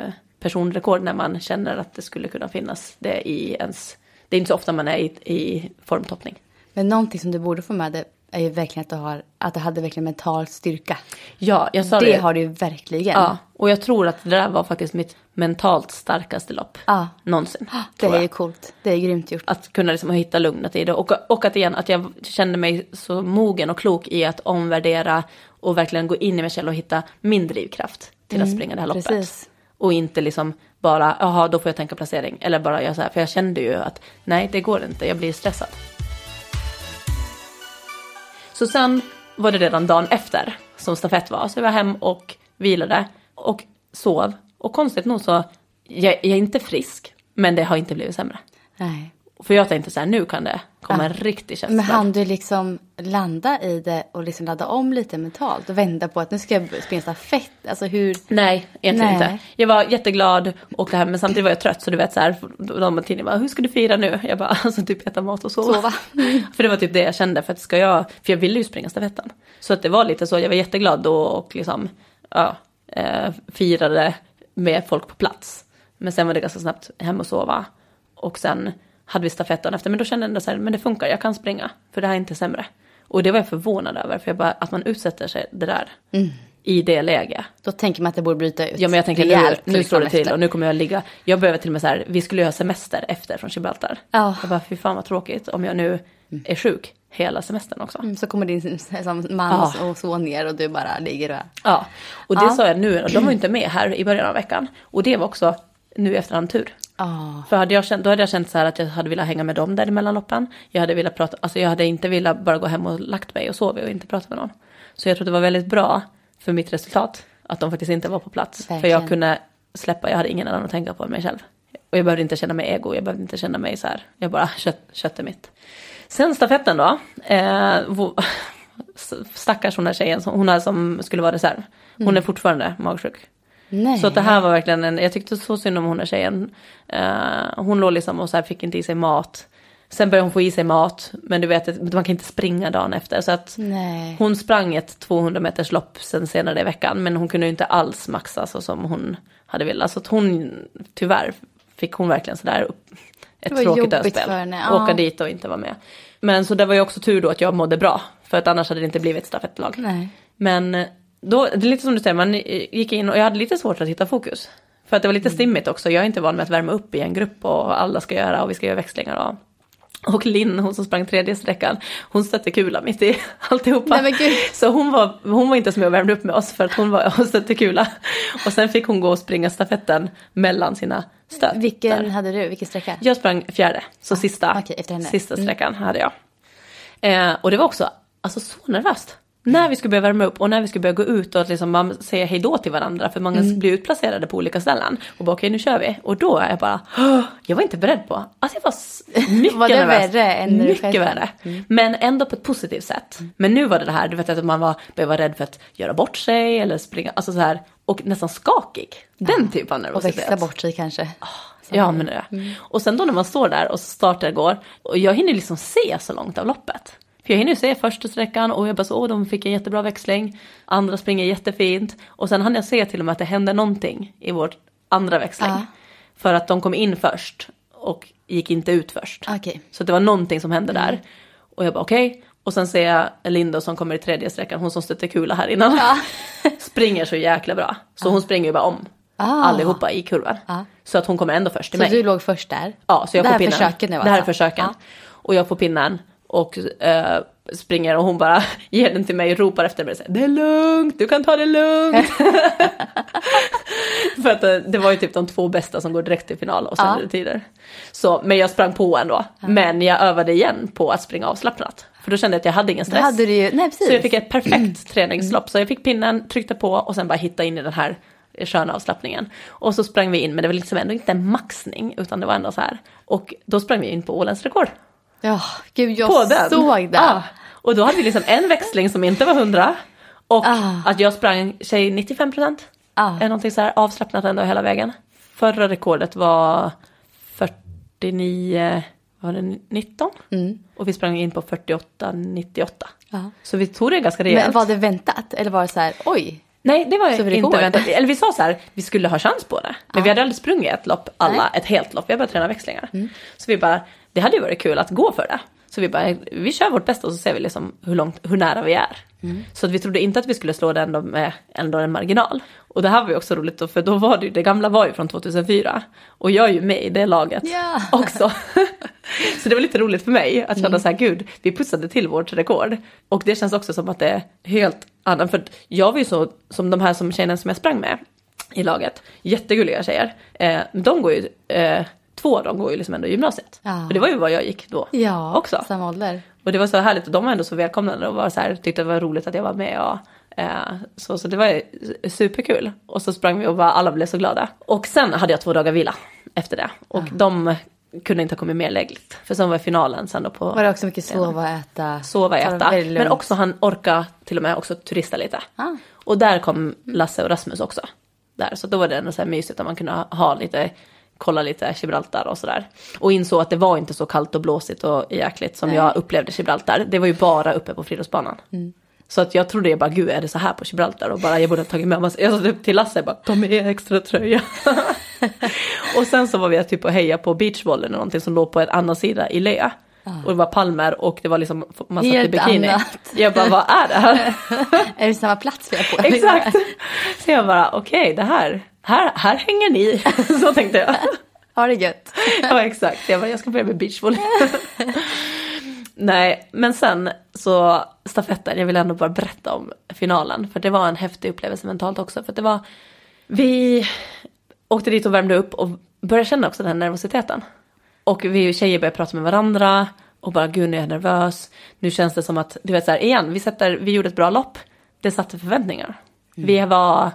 personrekord när man känner att det skulle kunna finnas det i ens... Det är inte så ofta man är i, i formtoppning. Men någonting som du borde få med det är ju verkligen att du, har, att du hade verkligen mental styrka. Ja, jag sa det. Det har du ju verkligen. Ja, och jag tror att det där var faktiskt mitt mentalt starkaste lopp. Ja. Någonsin. Det är ju coolt. Det är grymt gjort. Att kunna liksom hitta lugnet i det. Och, och att igen, att jag kände mig så mogen och klok i att omvärdera och verkligen gå in i mig själv och hitta min drivkraft till att springa det här loppet. Precis. Och inte liksom bara, jaha, då får jag tänka placering. Eller bara göra så här. För jag kände ju att nej, det går inte. Jag blir stressad. Så sen var det redan dagen efter som stafett var. Så jag var hem och vilade och sov. Och konstigt nog så, jag, jag är inte frisk. Men det har inte blivit sämre. Nej. För jag tänkte så här, nu kan det komma ja. en riktig känsla. Men hann du liksom landa i det och liksom ladda om lite mentalt och vända på att nu ska jag springa stafett? Alltså hur? Nej, egentligen Nej. inte. Jag var jätteglad och det här, men samtidigt var jag trött så du vet så här, de tidningarna bara, hur ska du fira nu? Jag bara, alltså typ äta mat och sova. sova. För det var typ det jag kände, för att ska jag, för jag ville ju springa stafetten. Så att det var lite så, jag var jätteglad då och liksom, ja, eh, firade med folk på plats. Men sen var det ganska snabbt hem och sova. Och sen hade vi stafetten efter, men då kände jag ändå så här, men det funkar, jag kan springa, för det här är inte sämre. Och det var jag förvånad över, för jag bara, att man utsätter sig det där mm. i det läget. Då tänker man att det borde bryta ut. Ja, men jag tänker, nu, nu står det till efter. Och nu kommer jag ligga, jag behöver till och med så här, vi skulle ju ha semester efter från Gibraltar. Oh. Jag bara, fy fan vad tråkigt om jag nu mm. är sjuk hela semestern också. Mm, så kommer din man oh. och så ner och du bara ligger och... Ja, och det oh. sa jag nu, och de var ju inte med här i början av veckan. Och det var också nu i efterhand tur. Oh. För hade jag känt, då hade jag känt så här att jag hade velat hänga med dem där i mellanloppen. Jag hade velat prata, alltså jag hade inte velat bara gå hem och lagt mig och sova och inte prata med någon. Så jag tror det var väldigt bra för mitt resultat att de faktiskt inte var på plats. Verkligen. För jag kunde släppa, jag hade ingen annan att tänka på än mig själv. Och jag behövde inte känna mig ego, jag behövde inte känna mig så här, jag bara kött, kötte mitt. Sen stafetten då, eh, stackars hon där tjejen, hon här som skulle vara reserv. Hon mm. är fortfarande magsjuk. Nej. Så att det här var verkligen en, jag tyckte så synd om hon där tjejen. Uh, hon låg liksom och så här fick inte i sig mat. Sen började hon få i sig mat, men du vet, man kan inte springa dagen efter. Så att Nej. Hon sprang ett tvåhundra meters lopp sen senare i veckan, men hon kunde ju inte alls maxa så som hon hade velat. Så att hon, tyvärr, fick hon verkligen sådär ett tråkigt öspel. Ja. Åka dit och inte vara med. Men så det var ju också tur då att jag mådde bra, för att annars hade det inte blivit ett stafettlag. Nej. Men då, det är lite som du säger, man gick in och jag hade lite svårt att hitta fokus. För att det var lite stimmigt också. Jag är inte van med att värma upp i en grupp och alla ska göra och vi ska göra växlingar. Och, och Linn, hon som sprang tredje sträckan, hon stötte kula mitt i alltihopa. Nej, men gud. Så hon var, hon var inte som jag värmde upp med oss för att hon, var, hon stötte kula. Och sen fick hon gå och springa stafetten mellan sina stöt. Vilken hade du? Vilken sträcka? Jag sprang fjärde, så ah, sista, okay, efter henne. sista sträckan mm. hade jag. Eh, och det var också alltså, så nervöst. När vi skulle börja värma upp och när vi skulle börja gå ut och liksom man säger hej då till varandra, för många mm. blir utplacerade på olika ställen och bara okej, okay, nu kör vi. Och då är jag bara, jag var inte beredd på. Alltså jag var mycket var det nervös. Värre än mycket värre. Mm. Men ändå på ett positivt sätt. Mm. Men nu var det det här, du vet att man var, började vara rädd för att göra bort sig eller springa, alltså så här, och nästan skakig. Den ja. typen av nervositet. Och växla bort sig kanske. Oh, ja, men det. Mm. Och sen då när man står där och startar går, och jag hinner liksom se så långt av loppet. För jag hinner ju se första sträckan och jag bara så, åh, de fick en jättebra växling. Andra springer jättefint. Och sen hann jag se till och med att det hände någonting i vår andra växling. Uh. För att de kom in först och gick inte ut först. Okay. Så det var någonting som hände mm. där. Och jag bara okej. Okay. Och sen ser jag Linda som kommer i tredje sträckan, hon som stötte kula här innan. Uh. Springer så jäkla bra. Så uh. hon springer ju bara om. Uh. Allihopa i kurvan. Uh. Så att hon kommer ändå först till så mig. Så du låg först där? Ja, så jag det får pinnen. Det här är försöken nu alltså? Det här är försöken. Uh. Och jag får pinnen. Och äh, springer och hon bara ger den till mig och ropar efter mig och säger, det är lugnt, du kan ta det lugnt. För att äh, det var ju typ de två bästa som går direkt till final och sen ja. är det tider. Så, men jag sprang på ändå. Ja. Men jag övade igen på att springa avslappnat. För då kände jag att jag hade ingen stress. Hade du ju... Nej, precis. Så jag fick ett perfekt mm. träningslopp. Så jag fick pinnen, tryckte på och sen bara hitta in i den här sköna avslappningen. Och så sprang vi in, men det var liksom ändå inte en maxning utan det var ändå så här. Och då sprang vi in på Ålands rekord. Ja, gud, jag såg det. Ah, och då hade vi liksom en växling som inte var hundra. Och ah. att jag sprang sig nittiofem procent. Ah. Är någonting så här avslappnat ändå hela vägen. Förra rekordet var fyrtionio, var det nitton? Mm. Och vi sprang in på fyrtioåtta nittioåtta. Ah. Så vi tog det ganska rejält. Men var det väntat? Eller var det så här, oj? Nej, det var inte rekord. Väntat. Eller vi sa så här, vi skulle ha chans på det. Men ah. vi hade aldrig sprungit ett lopp, alla, Nej. ett helt lopp. Vi har bara tränat växlingar. Mm. Så vi bara, det hade ju varit kul att gå för det. Så vi bara, vi kör vårt bästa och så ser vi liksom hur långt, hur nära vi är. Mm. Så att vi trodde inte att vi skulle slå det ändå med ändå en marginal. Och det här var ju också roligt då, för då var det ju, det gamla var ju från tjugohundrafyra. Och jag är ju med i det laget yeah. också. Så det var lite roligt för mig att känna mm. så här, gud, vi pussade till vårt rekord. Och det känns också som att det är helt annat. För jag var ju så, som de här som tjejerna som jag sprang med i laget. Jättegulliga tjejer. Eh, de går ju... Eh, Två av dem går ju liksom ändå i gymnasiet. Ja. Och det var ju vad jag gick då ja, också. Samma ålder. Och det var så härligt. Och de var ändå så välkomnande och var så här, tyckte det var roligt att jag var med. Och, eh, så, så det var superkul. Och så sprang vi och var, alla blev så glada. Och sen hade jag två dagar vila efter det. Och ja. de kunde inte ha kommit mer lägligt. För sen var finalen sen då på... Var det också mycket sova och äta? Sova och äta. Men också han orkade till och med också turista lite. Ah. Och där kom Lasse och Rasmus också. Där. Så då var det ändå så här mysigt att man kunde ha lite... kolla lite Gibraltar och sådär. Och insåg att det var inte så kallt och blåsigt och jäkligt som Nej. jag upplevde Gibraltar. Det var ju bara uppe på friidrottsbanan. Mm. Så att jag trodde jag bara, gud är det så här på Gibraltar? Och bara jag borde ha tagit med mig. Jag sa till Lasse, bara, ta med extra tröja. Och sen så var vi typ och heja på beachvolleyn eller någonting som låg på en annan sida i Lea. Ah. Och det var palmer och det var liksom massa till bikini. Annat. Jag bara, vad är det här? Är det samma plats vi är på? Exakt. Så jag bara, okej, okay, det här, här, här hänger ni. Så tänkte jag. Har det gött. Ja, exakt. Jag bara, jag ska börja med beachvolley. Nej, men sen så stafetten, jag vill ändå bara berätta om finalen. För det var en häftig upplevelse mentalt också. För det var, vi åkte dit och värmde upp och började känna också den här nervositeten. Och vi tjejer började prata med varandra och bara, gud nu är jag nervös. Nu känns det som att, du vet så här, igen, vi, sätter, vi gjorde ett bra lopp. Det satte förväntningar. Mm. Vi var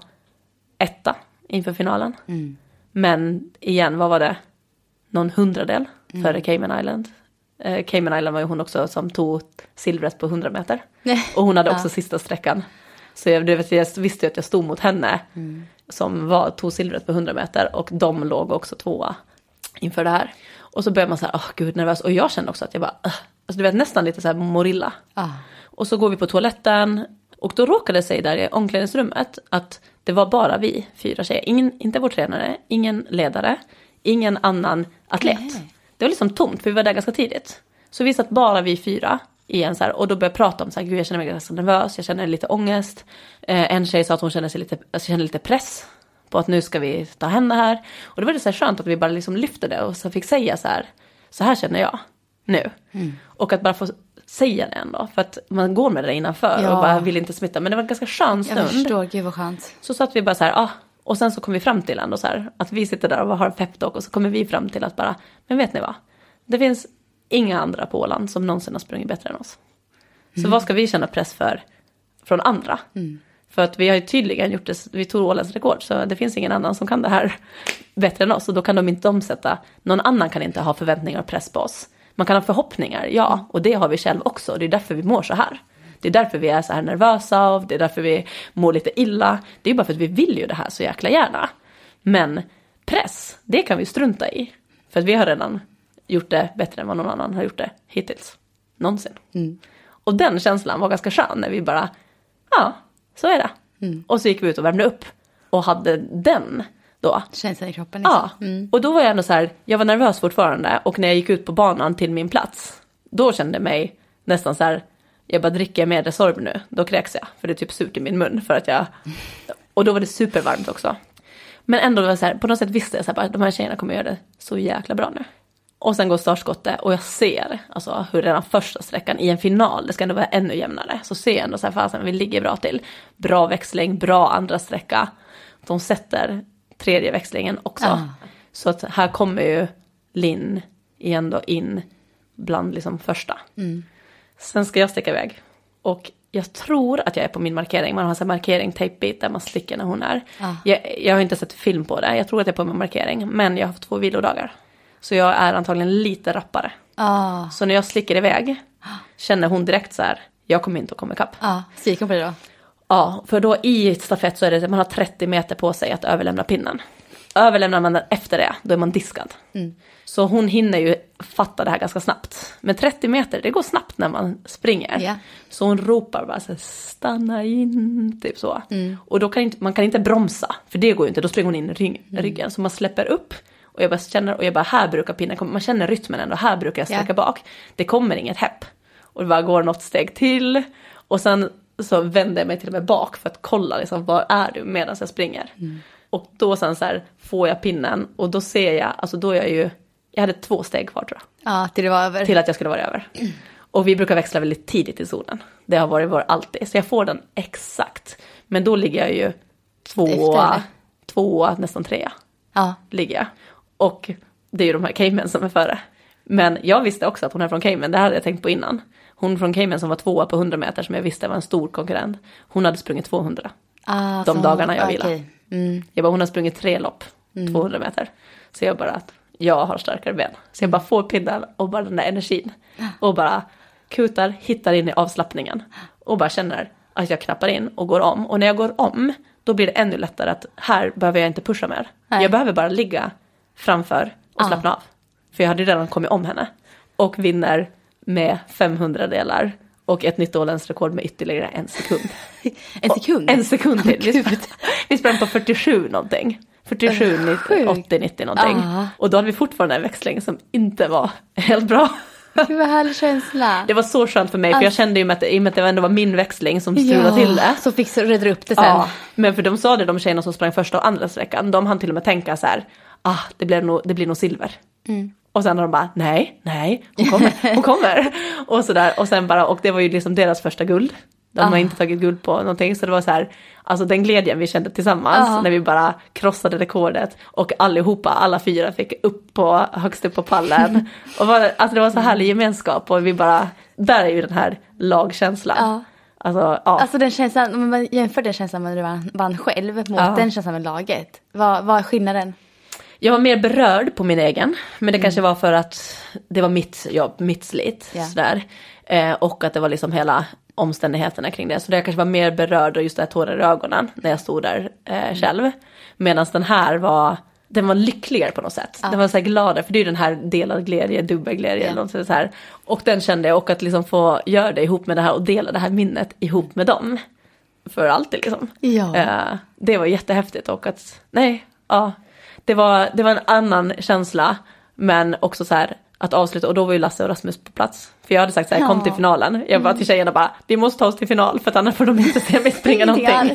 etta inför finalen. Mm. Men igen, vad var det? Någon hundradel mm. före Cayman Island. Eh, Cayman Island var ju hon också som tog silvret på hundra meter. Och hon hade också ja. sista sträckan. Så jag, du vet, jag visste ju att jag stod mot henne mm. som var, tog silvret på hundra meter. Och de låg också tvåa inför det här. Och så börjar man så här, åh oh, gud nervös. Och jag kände också att jag bara, uh. alltså du vet nästan lite så här morilla. Ah. Och så går vi på toaletten. Och då råkade det sig där i omklädningsrummet att det var bara vi fyra tjejer. Ingen, inte vår tränare, ingen ledare, ingen annan atlet. Nej. Det var liksom tomt för vi var där ganska tidigt. Så vi satt bara vi fyra i en så här, och då började jag prata om så här, gud jag känner mig ganska nervös, jag känner lite ångest. Eh, en tjej sa att hon kände sig lite, alltså, kände lite press på att nu ska vi ta hem det här. Och det var det så här skönt att vi bara liksom lyfte det och så fick säga så här, så här känner jag nu. Mm. Och att bara få säga det ändå, för att man går med det innanför ja. och bara vill inte smitta. Men det var en ganska skön stund. Jag förstår, gud vad skönt. Så satt vi bara så här, ah, och sen så kom vi fram till ändå så här, att vi sitter där och har peptalk och så kommer vi fram till att bara, men vet ni vad? Det finns inga andra på Åland som någonsin har sprungit bättre än oss. Så mm. vad ska vi känna press för från andra? Mm. För att vi har ju tydligen gjort det, vi tog Ålands rekord, så det finns ingen annan som kan det här bättre än oss. Och då kan de inte omsätta, någon annan kan inte ha förväntningar och press på oss. Man kan ha förhoppningar, ja, och det har vi själv också. Det är därför vi mår så här. Det är därför vi är så här nervösa av, det är därför vi mår lite illa. Det är bara för att vi vill ju det här så jäkla gärna. Men press, det kan vi strunta i. För att vi har redan gjort det bättre än vad någon annan har gjort det hittills. Någonsin. Mm. Och den känslan var ganska skön när vi bara, ja, så är det. Mm. Och så gick vi ut och värmde upp och hade den då. Känslan i kroppen liksom. Ja, mm. och då var jag ändå så här, jag var nervös fortfarande. Och när jag gick ut på banan till min plats, då kände jag mig nästan så här, jag bara dricker mer Resorb nu, då kräks jag. För det är typ surt i min mun för att jag, och då var det supervarmt också. Men ändå var det så här, på något sätt visste jag så här, bara, de här tjejerna kommer göra det så jäkla bra nu. Och sen går startskottet och jag ser alltså, hur redan första sträckan i en final, det ska ändå vara ännu jämnare. Så ser jag ändå så här, fasen, vi ligger bra till. Bra växling, bra andra sträcka. De sätter tredje växlingen också. Ah. Så att här kommer ju Linn igen då in bland liksom första. Mm. Sen ska jag sticka iväg. Och jag tror att jag är på min markering. Man har en markering, tejpbit där man slickar när hon är. Ah. Jag, jag har inte sett film på det. Jag tror att jag är på min markering. Men jag har haft två vilodagar. Så jag är antagligen lite rappare. Ah. Så när jag slickar iväg känner hon direkt så här, jag kommer inte att komma ikapp. Ja, ah. Sticker på det då? Ja, för då i stafett så är det att man har trettio meter på sig att överlämna pinnen. överlämnar man den efter det, då är man diskad. Mm. Så hon hinner ju fatta det här ganska snabbt. Men trettio meter, det går snabbt när man springer. Yeah. Så hon ropar bara så här, stanna in, typ så. Mm. Och då kan inte, man kan inte bromsa, för det går ju inte, då springer hon in i ryggen. Mm. Så man släpper upp. Och jag bara känner, och jag bara, här brukar pinnen komma. Man känner rytmen ändå, här brukar jag sträcka yeah. bak. Det kommer inget häpp. Och det bara går något steg till. Och sen så vänder jag mig till och med bak för att kolla liksom, var är du medan jag springer. Mm. Och då sen så här får jag pinnen. Och då ser jag, alltså då är jag ju, jag hade två steg kvar tror jag. Ja, till det var över. Till att jag skulle vara över. Mm. Och vi brukar växla väldigt tidigt i zonen. Det har varit vår alltid. Så jag får den exakt. Men då ligger jag ju tvåa, tvåa nästan trea. Ja. Ligger jag. Och det är ju de här Cayman som är före. Men jag visste också att hon är från Cayman. Det hade jag tänkt på innan. Hon från Cayman som var tvåa på hundra meter, som jag visste var en stor konkurrent. Hon hade sprungit tvåhundra. Ah, de så, dagarna jag ville. Okay. Mm. Jag bara, hon har sprungit tre lopp. Mm. tvåhundra meter. Så jag bara, att jag har starkare ben. Så jag bara får pinnen och bara den där energin. Och bara kutar, hittar in i avslappningen. Och bara känner att jag knappar in och går om. Och när jag går om, då blir det ännu lättare att här behöver jag inte pusha mer. Nej. Jag behöver bara ligga framför och slappna ah. av. För jag hade redan kommit om henne. Och vinner med femhundra delar. Och ett nytt ålens rekord med ytterligare en sekund. en sekund? Och en sekund till. Vi sprang, vi sprang på fyrtiosju någonting. fyrtiosju, åttio, nittio någonting. Ah. Och då hade vi fortfarande en växling som inte var helt bra. Gud vad härlig känsla. Det var så skönt för mig. Alltså, för jag kände ju med att, i och med att det ändå var min växling som strulade ja, till det. Så fick reda upp det sen. Ja, men för de sa det, de tjejerna som sprang första och andra sträckan. De hann till och med tänka så här. Ah, det blir nog, det blir nog silver. Mm. Och sen har de bara, nej, nej, hon kommer, hon kommer. Och sådär, och sen bara, och det var ju liksom deras första guld. De ah. har inte tagit guld på någonting, så det var så här, alltså den glädjen vi kände tillsammans ah. när vi bara krossade rekordet. Och allihopa, alla fyra fick upp på, högst upp på pallen. Och var, alltså det var så härlig gemenskap, och vi bara, där är ju den här lagkänslan. Ah. Alltså, ja. Alltså den känslan, om man jämför den känslan med att du vann själv mot ah. den känslan med laget. Vad, vad är skillnaden? Jag var mer berörd på min egen, men det mm. kanske var för att det var mitt jobb, mitt slit. Yeah. Sådär. Eh, och att det var liksom hela omständigheterna kring det. Så det jag kanske var mer berörd och just det här tårar i ögonen när jag stod där eh, mm. själv. Medan den här var, den var lyckligare på något sätt. Ah. Den var så här gladare, för det är ju den här delad glädje, dubbelglädje yeah. eller något så här. Och den kände jag, och att liksom få göra det ihop med det här och dela det här minnet ihop med dem. För alltid liksom. Ja. Eh, det var jättehäftigt, och att, nej, ja. Det var, det var en annan känsla, men också så här att avsluta, och då var ju Lasse och Rasmus på plats. För jag hade sagt så här, ja. kom till finalen. Jag bara till tjejerna bara, vi måste ta oss till final, för att annars får de inte se mig springa någonting.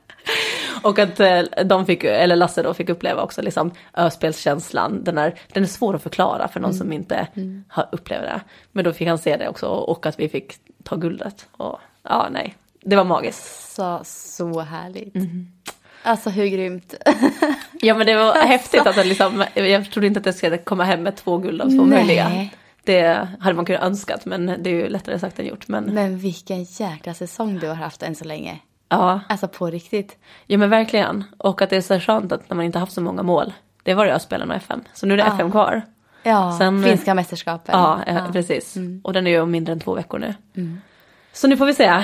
Och att de fick, eller Lasse då fick uppleva också liksom öspelskänslan. Den är, den är svår att förklara för någon mm. som inte mm. har upplevt det. Men då fick han se det också, och att vi fick ta guldet. Och ja, nej, det var magiskt. Så, så härligt. Mm. Alltså hur grymt. Ja, men det var alltså. häftigt att liksom, jag trodde inte att jag skulle komma hem med två guld av två Nej. möjliga. Det hade man kunnat önskat, men det är ju lättare sagt än gjort. Men, men vilken jäkla säsong du har haft än så länge. Ja. Alltså på riktigt. Ja, men verkligen. Och att det är så skönt att när man inte haft så många mål. Det var det jag spelade med F M. Så nu är det ja. F M kvar. Ja, Sen, finska mästerskapen. Ja, ja. precis. Mm. Och den är ju om mindre än två veckor nu. Mm. Så nu får vi se.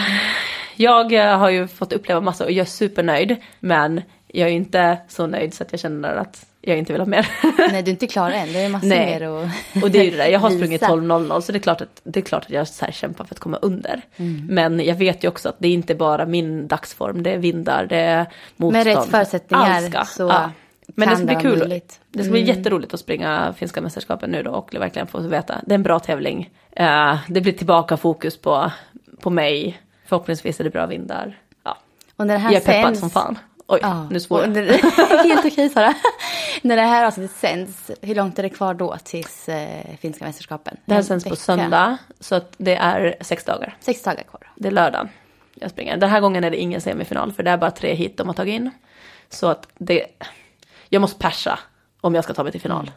Jag har ju fått uppleva massa och jag är supernöjd, men jag är inte så nöjd så att jag känner att jag inte vill ha mer. Nej, du är inte klar än. Det är massor mer att och det är ju det där. Jag har sprungit tolv noll noll, så det är klart att, det är klart att jag så här kämpar för att komma under. Mm. Men jag vet ju också att det är inte bara min dagsform. Det är vindar, det är motstånd. Med rätt förutsättningar så ja. Men det ska bli kul. Möjligt. Det ska bli mm. jätteroligt att springa finska mästerskapen nu då, och verkligen få veta. Det är en bra tävling. Uh, det blir tillbaka fokus på, på mig. Förhoppningsvis är det bra vindar. Ja. Och när det här jag är peppad sänds... som fan. Oj, ja. nu svår jag. Helt okej, Sara. När det här avsnittet sänds, hur långt är det kvar då tills eh, finska mästerskapen? Det här sänds på söndag, så att det är sex dagar. Sex dagar kvar. Det är lördag jag springer. Den här gången är det ingen semifinal, för det är bara tre hit de har tagit in. Så att det... Jag måste persa om jag ska ta mig till final.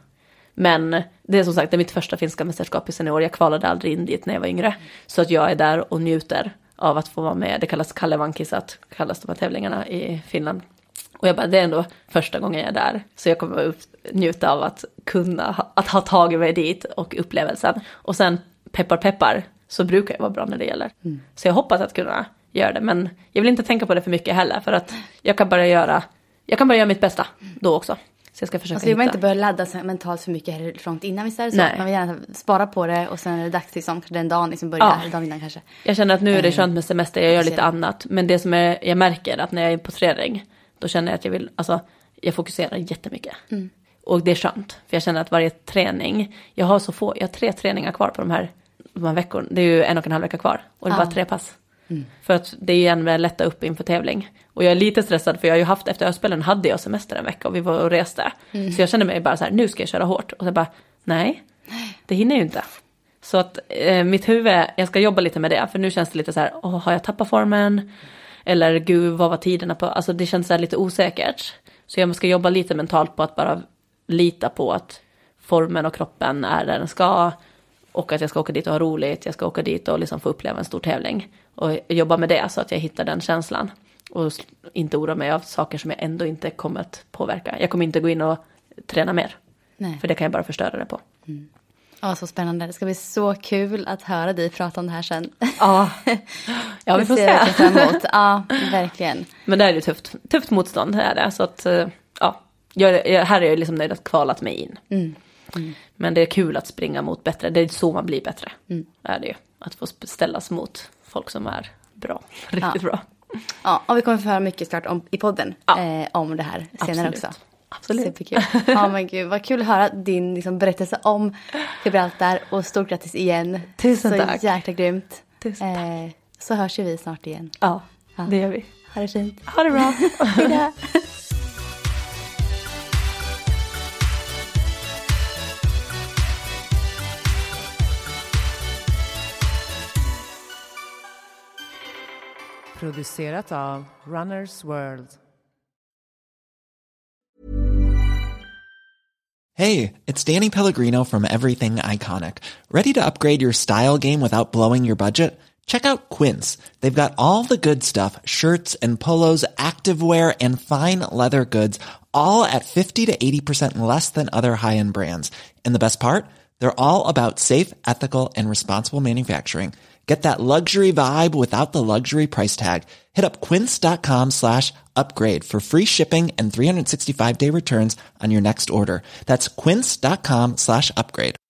Men det är som sagt, det är mitt första finska mästerskap i senior. Jag kvalade aldrig in dit när jag var yngre. Så att jag är där och njuter av att få vara med. Det kallas Kalevankisat, kallas de här tävlingarna i Finland. Och jag bara, det är ändå första gången jag är där. Så jag kommer att njuta av att kunna, att ha tagit mig dit och upplevelsen. Och sen peppar peppar, så brukar jag vara bra när det gäller. Mm. Så jag hoppas att kunna göra det. Men jag vill inte tänka på det för mycket heller. För att jag kan bara göra, jag kan bara göra mitt bästa då också. Så jag ska försöka alltså, hitta. Man inte börja ladda sig mentalt för mycket här långt innan vi säger så. Man vill gärna spara på det och sen är det dags liksom, den dagen liksom börjar, ja. dagen innan kanske. Jag känner att nu är det skönt med semester, jag gör lite annat. Men det som är, jag märker att när jag är på träning, då känner jag att jag vill, alltså jag fokuserar jättemycket. Mm. Och det är skönt, för jag känner att varje träning, jag har så få, jag har tre träningar kvar på de här, de här veckorna. Det är ju en och en halv vecka kvar och det är ja. bara tre pass. Mm. För att det är ju än mer lätta upp inför tävling. Och jag är lite stressad för jag har ju haft, efter Öspelen hade jag semester en vecka och vi var och reste. Mm. Så jag kände mig bara så här, nu ska jag köra hårt. Och så bara, nej, det hinner ju inte. Så att eh, mitt huvud, jag ska jobba lite med det. För nu känns det lite så här, åh, har jag tappat formen? Eller gud, vad var tiderna på? Alltså det känns så här lite osäkert. Så jag ska jobba lite mentalt på att bara lita på att formen och kroppen är där den ska. Och att jag ska åka dit och ha roligt. Jag ska åka dit och liksom få uppleva en stor tävling. Och jobba med det så att jag hittar den känslan. Och inte oroa mig av saker som jag ändå inte kommer att påverka. Jag kommer inte gå in och träna mer. Nej. För det kan jag bara förstöra det på. Mm. Ja, så spännande. Det ska bli så kul att höra dig prata om det här sen. Ja, ja vi får se. Ja, verkligen. Men det är ju tufft. Tufft motstånd är det. Så att, ja, jag, jag, här är jag liksom nöjd att kvalat mig in. Mm. Mm. Men det är kul att springa mot bättre. Det är så man blir bättre. Mm. Är det ju. Att få ställas mot folk som är bra. Riktigt ja. bra. Ja, och vi kommer få höra mycket klart om, i podden ja. eh, om det här senare Absolut. också. Absolut. Superkul. Ja, men gud, vad kul att höra din liksom, berättelse om Gibraltar. Och stort grattis igen. Tusen så tack. Så jäkla grymt. Tusen tack. Eh, så hörs ju vi snart igen. Ja, ja, det gör vi. Ha det fint. Ha det bra. Hejdå. Producerat av Runners World. Hey, it's Danny Pellegrino from Everything Iconic. Ready to upgrade your style game without blowing your budget? Check out Quince. They've got all the good stuff, shirts and polos, activewear and fine leather goods, all at fifty to eighty percent less than other high-end brands. And the best part? They're all about safe, ethical and responsible manufacturing. Get that luxury vibe without the luxury price tag. Hit up quince.com slash upgrade for free shipping and three sixty-five day returns on your next order. That's quince.com slash upgrade.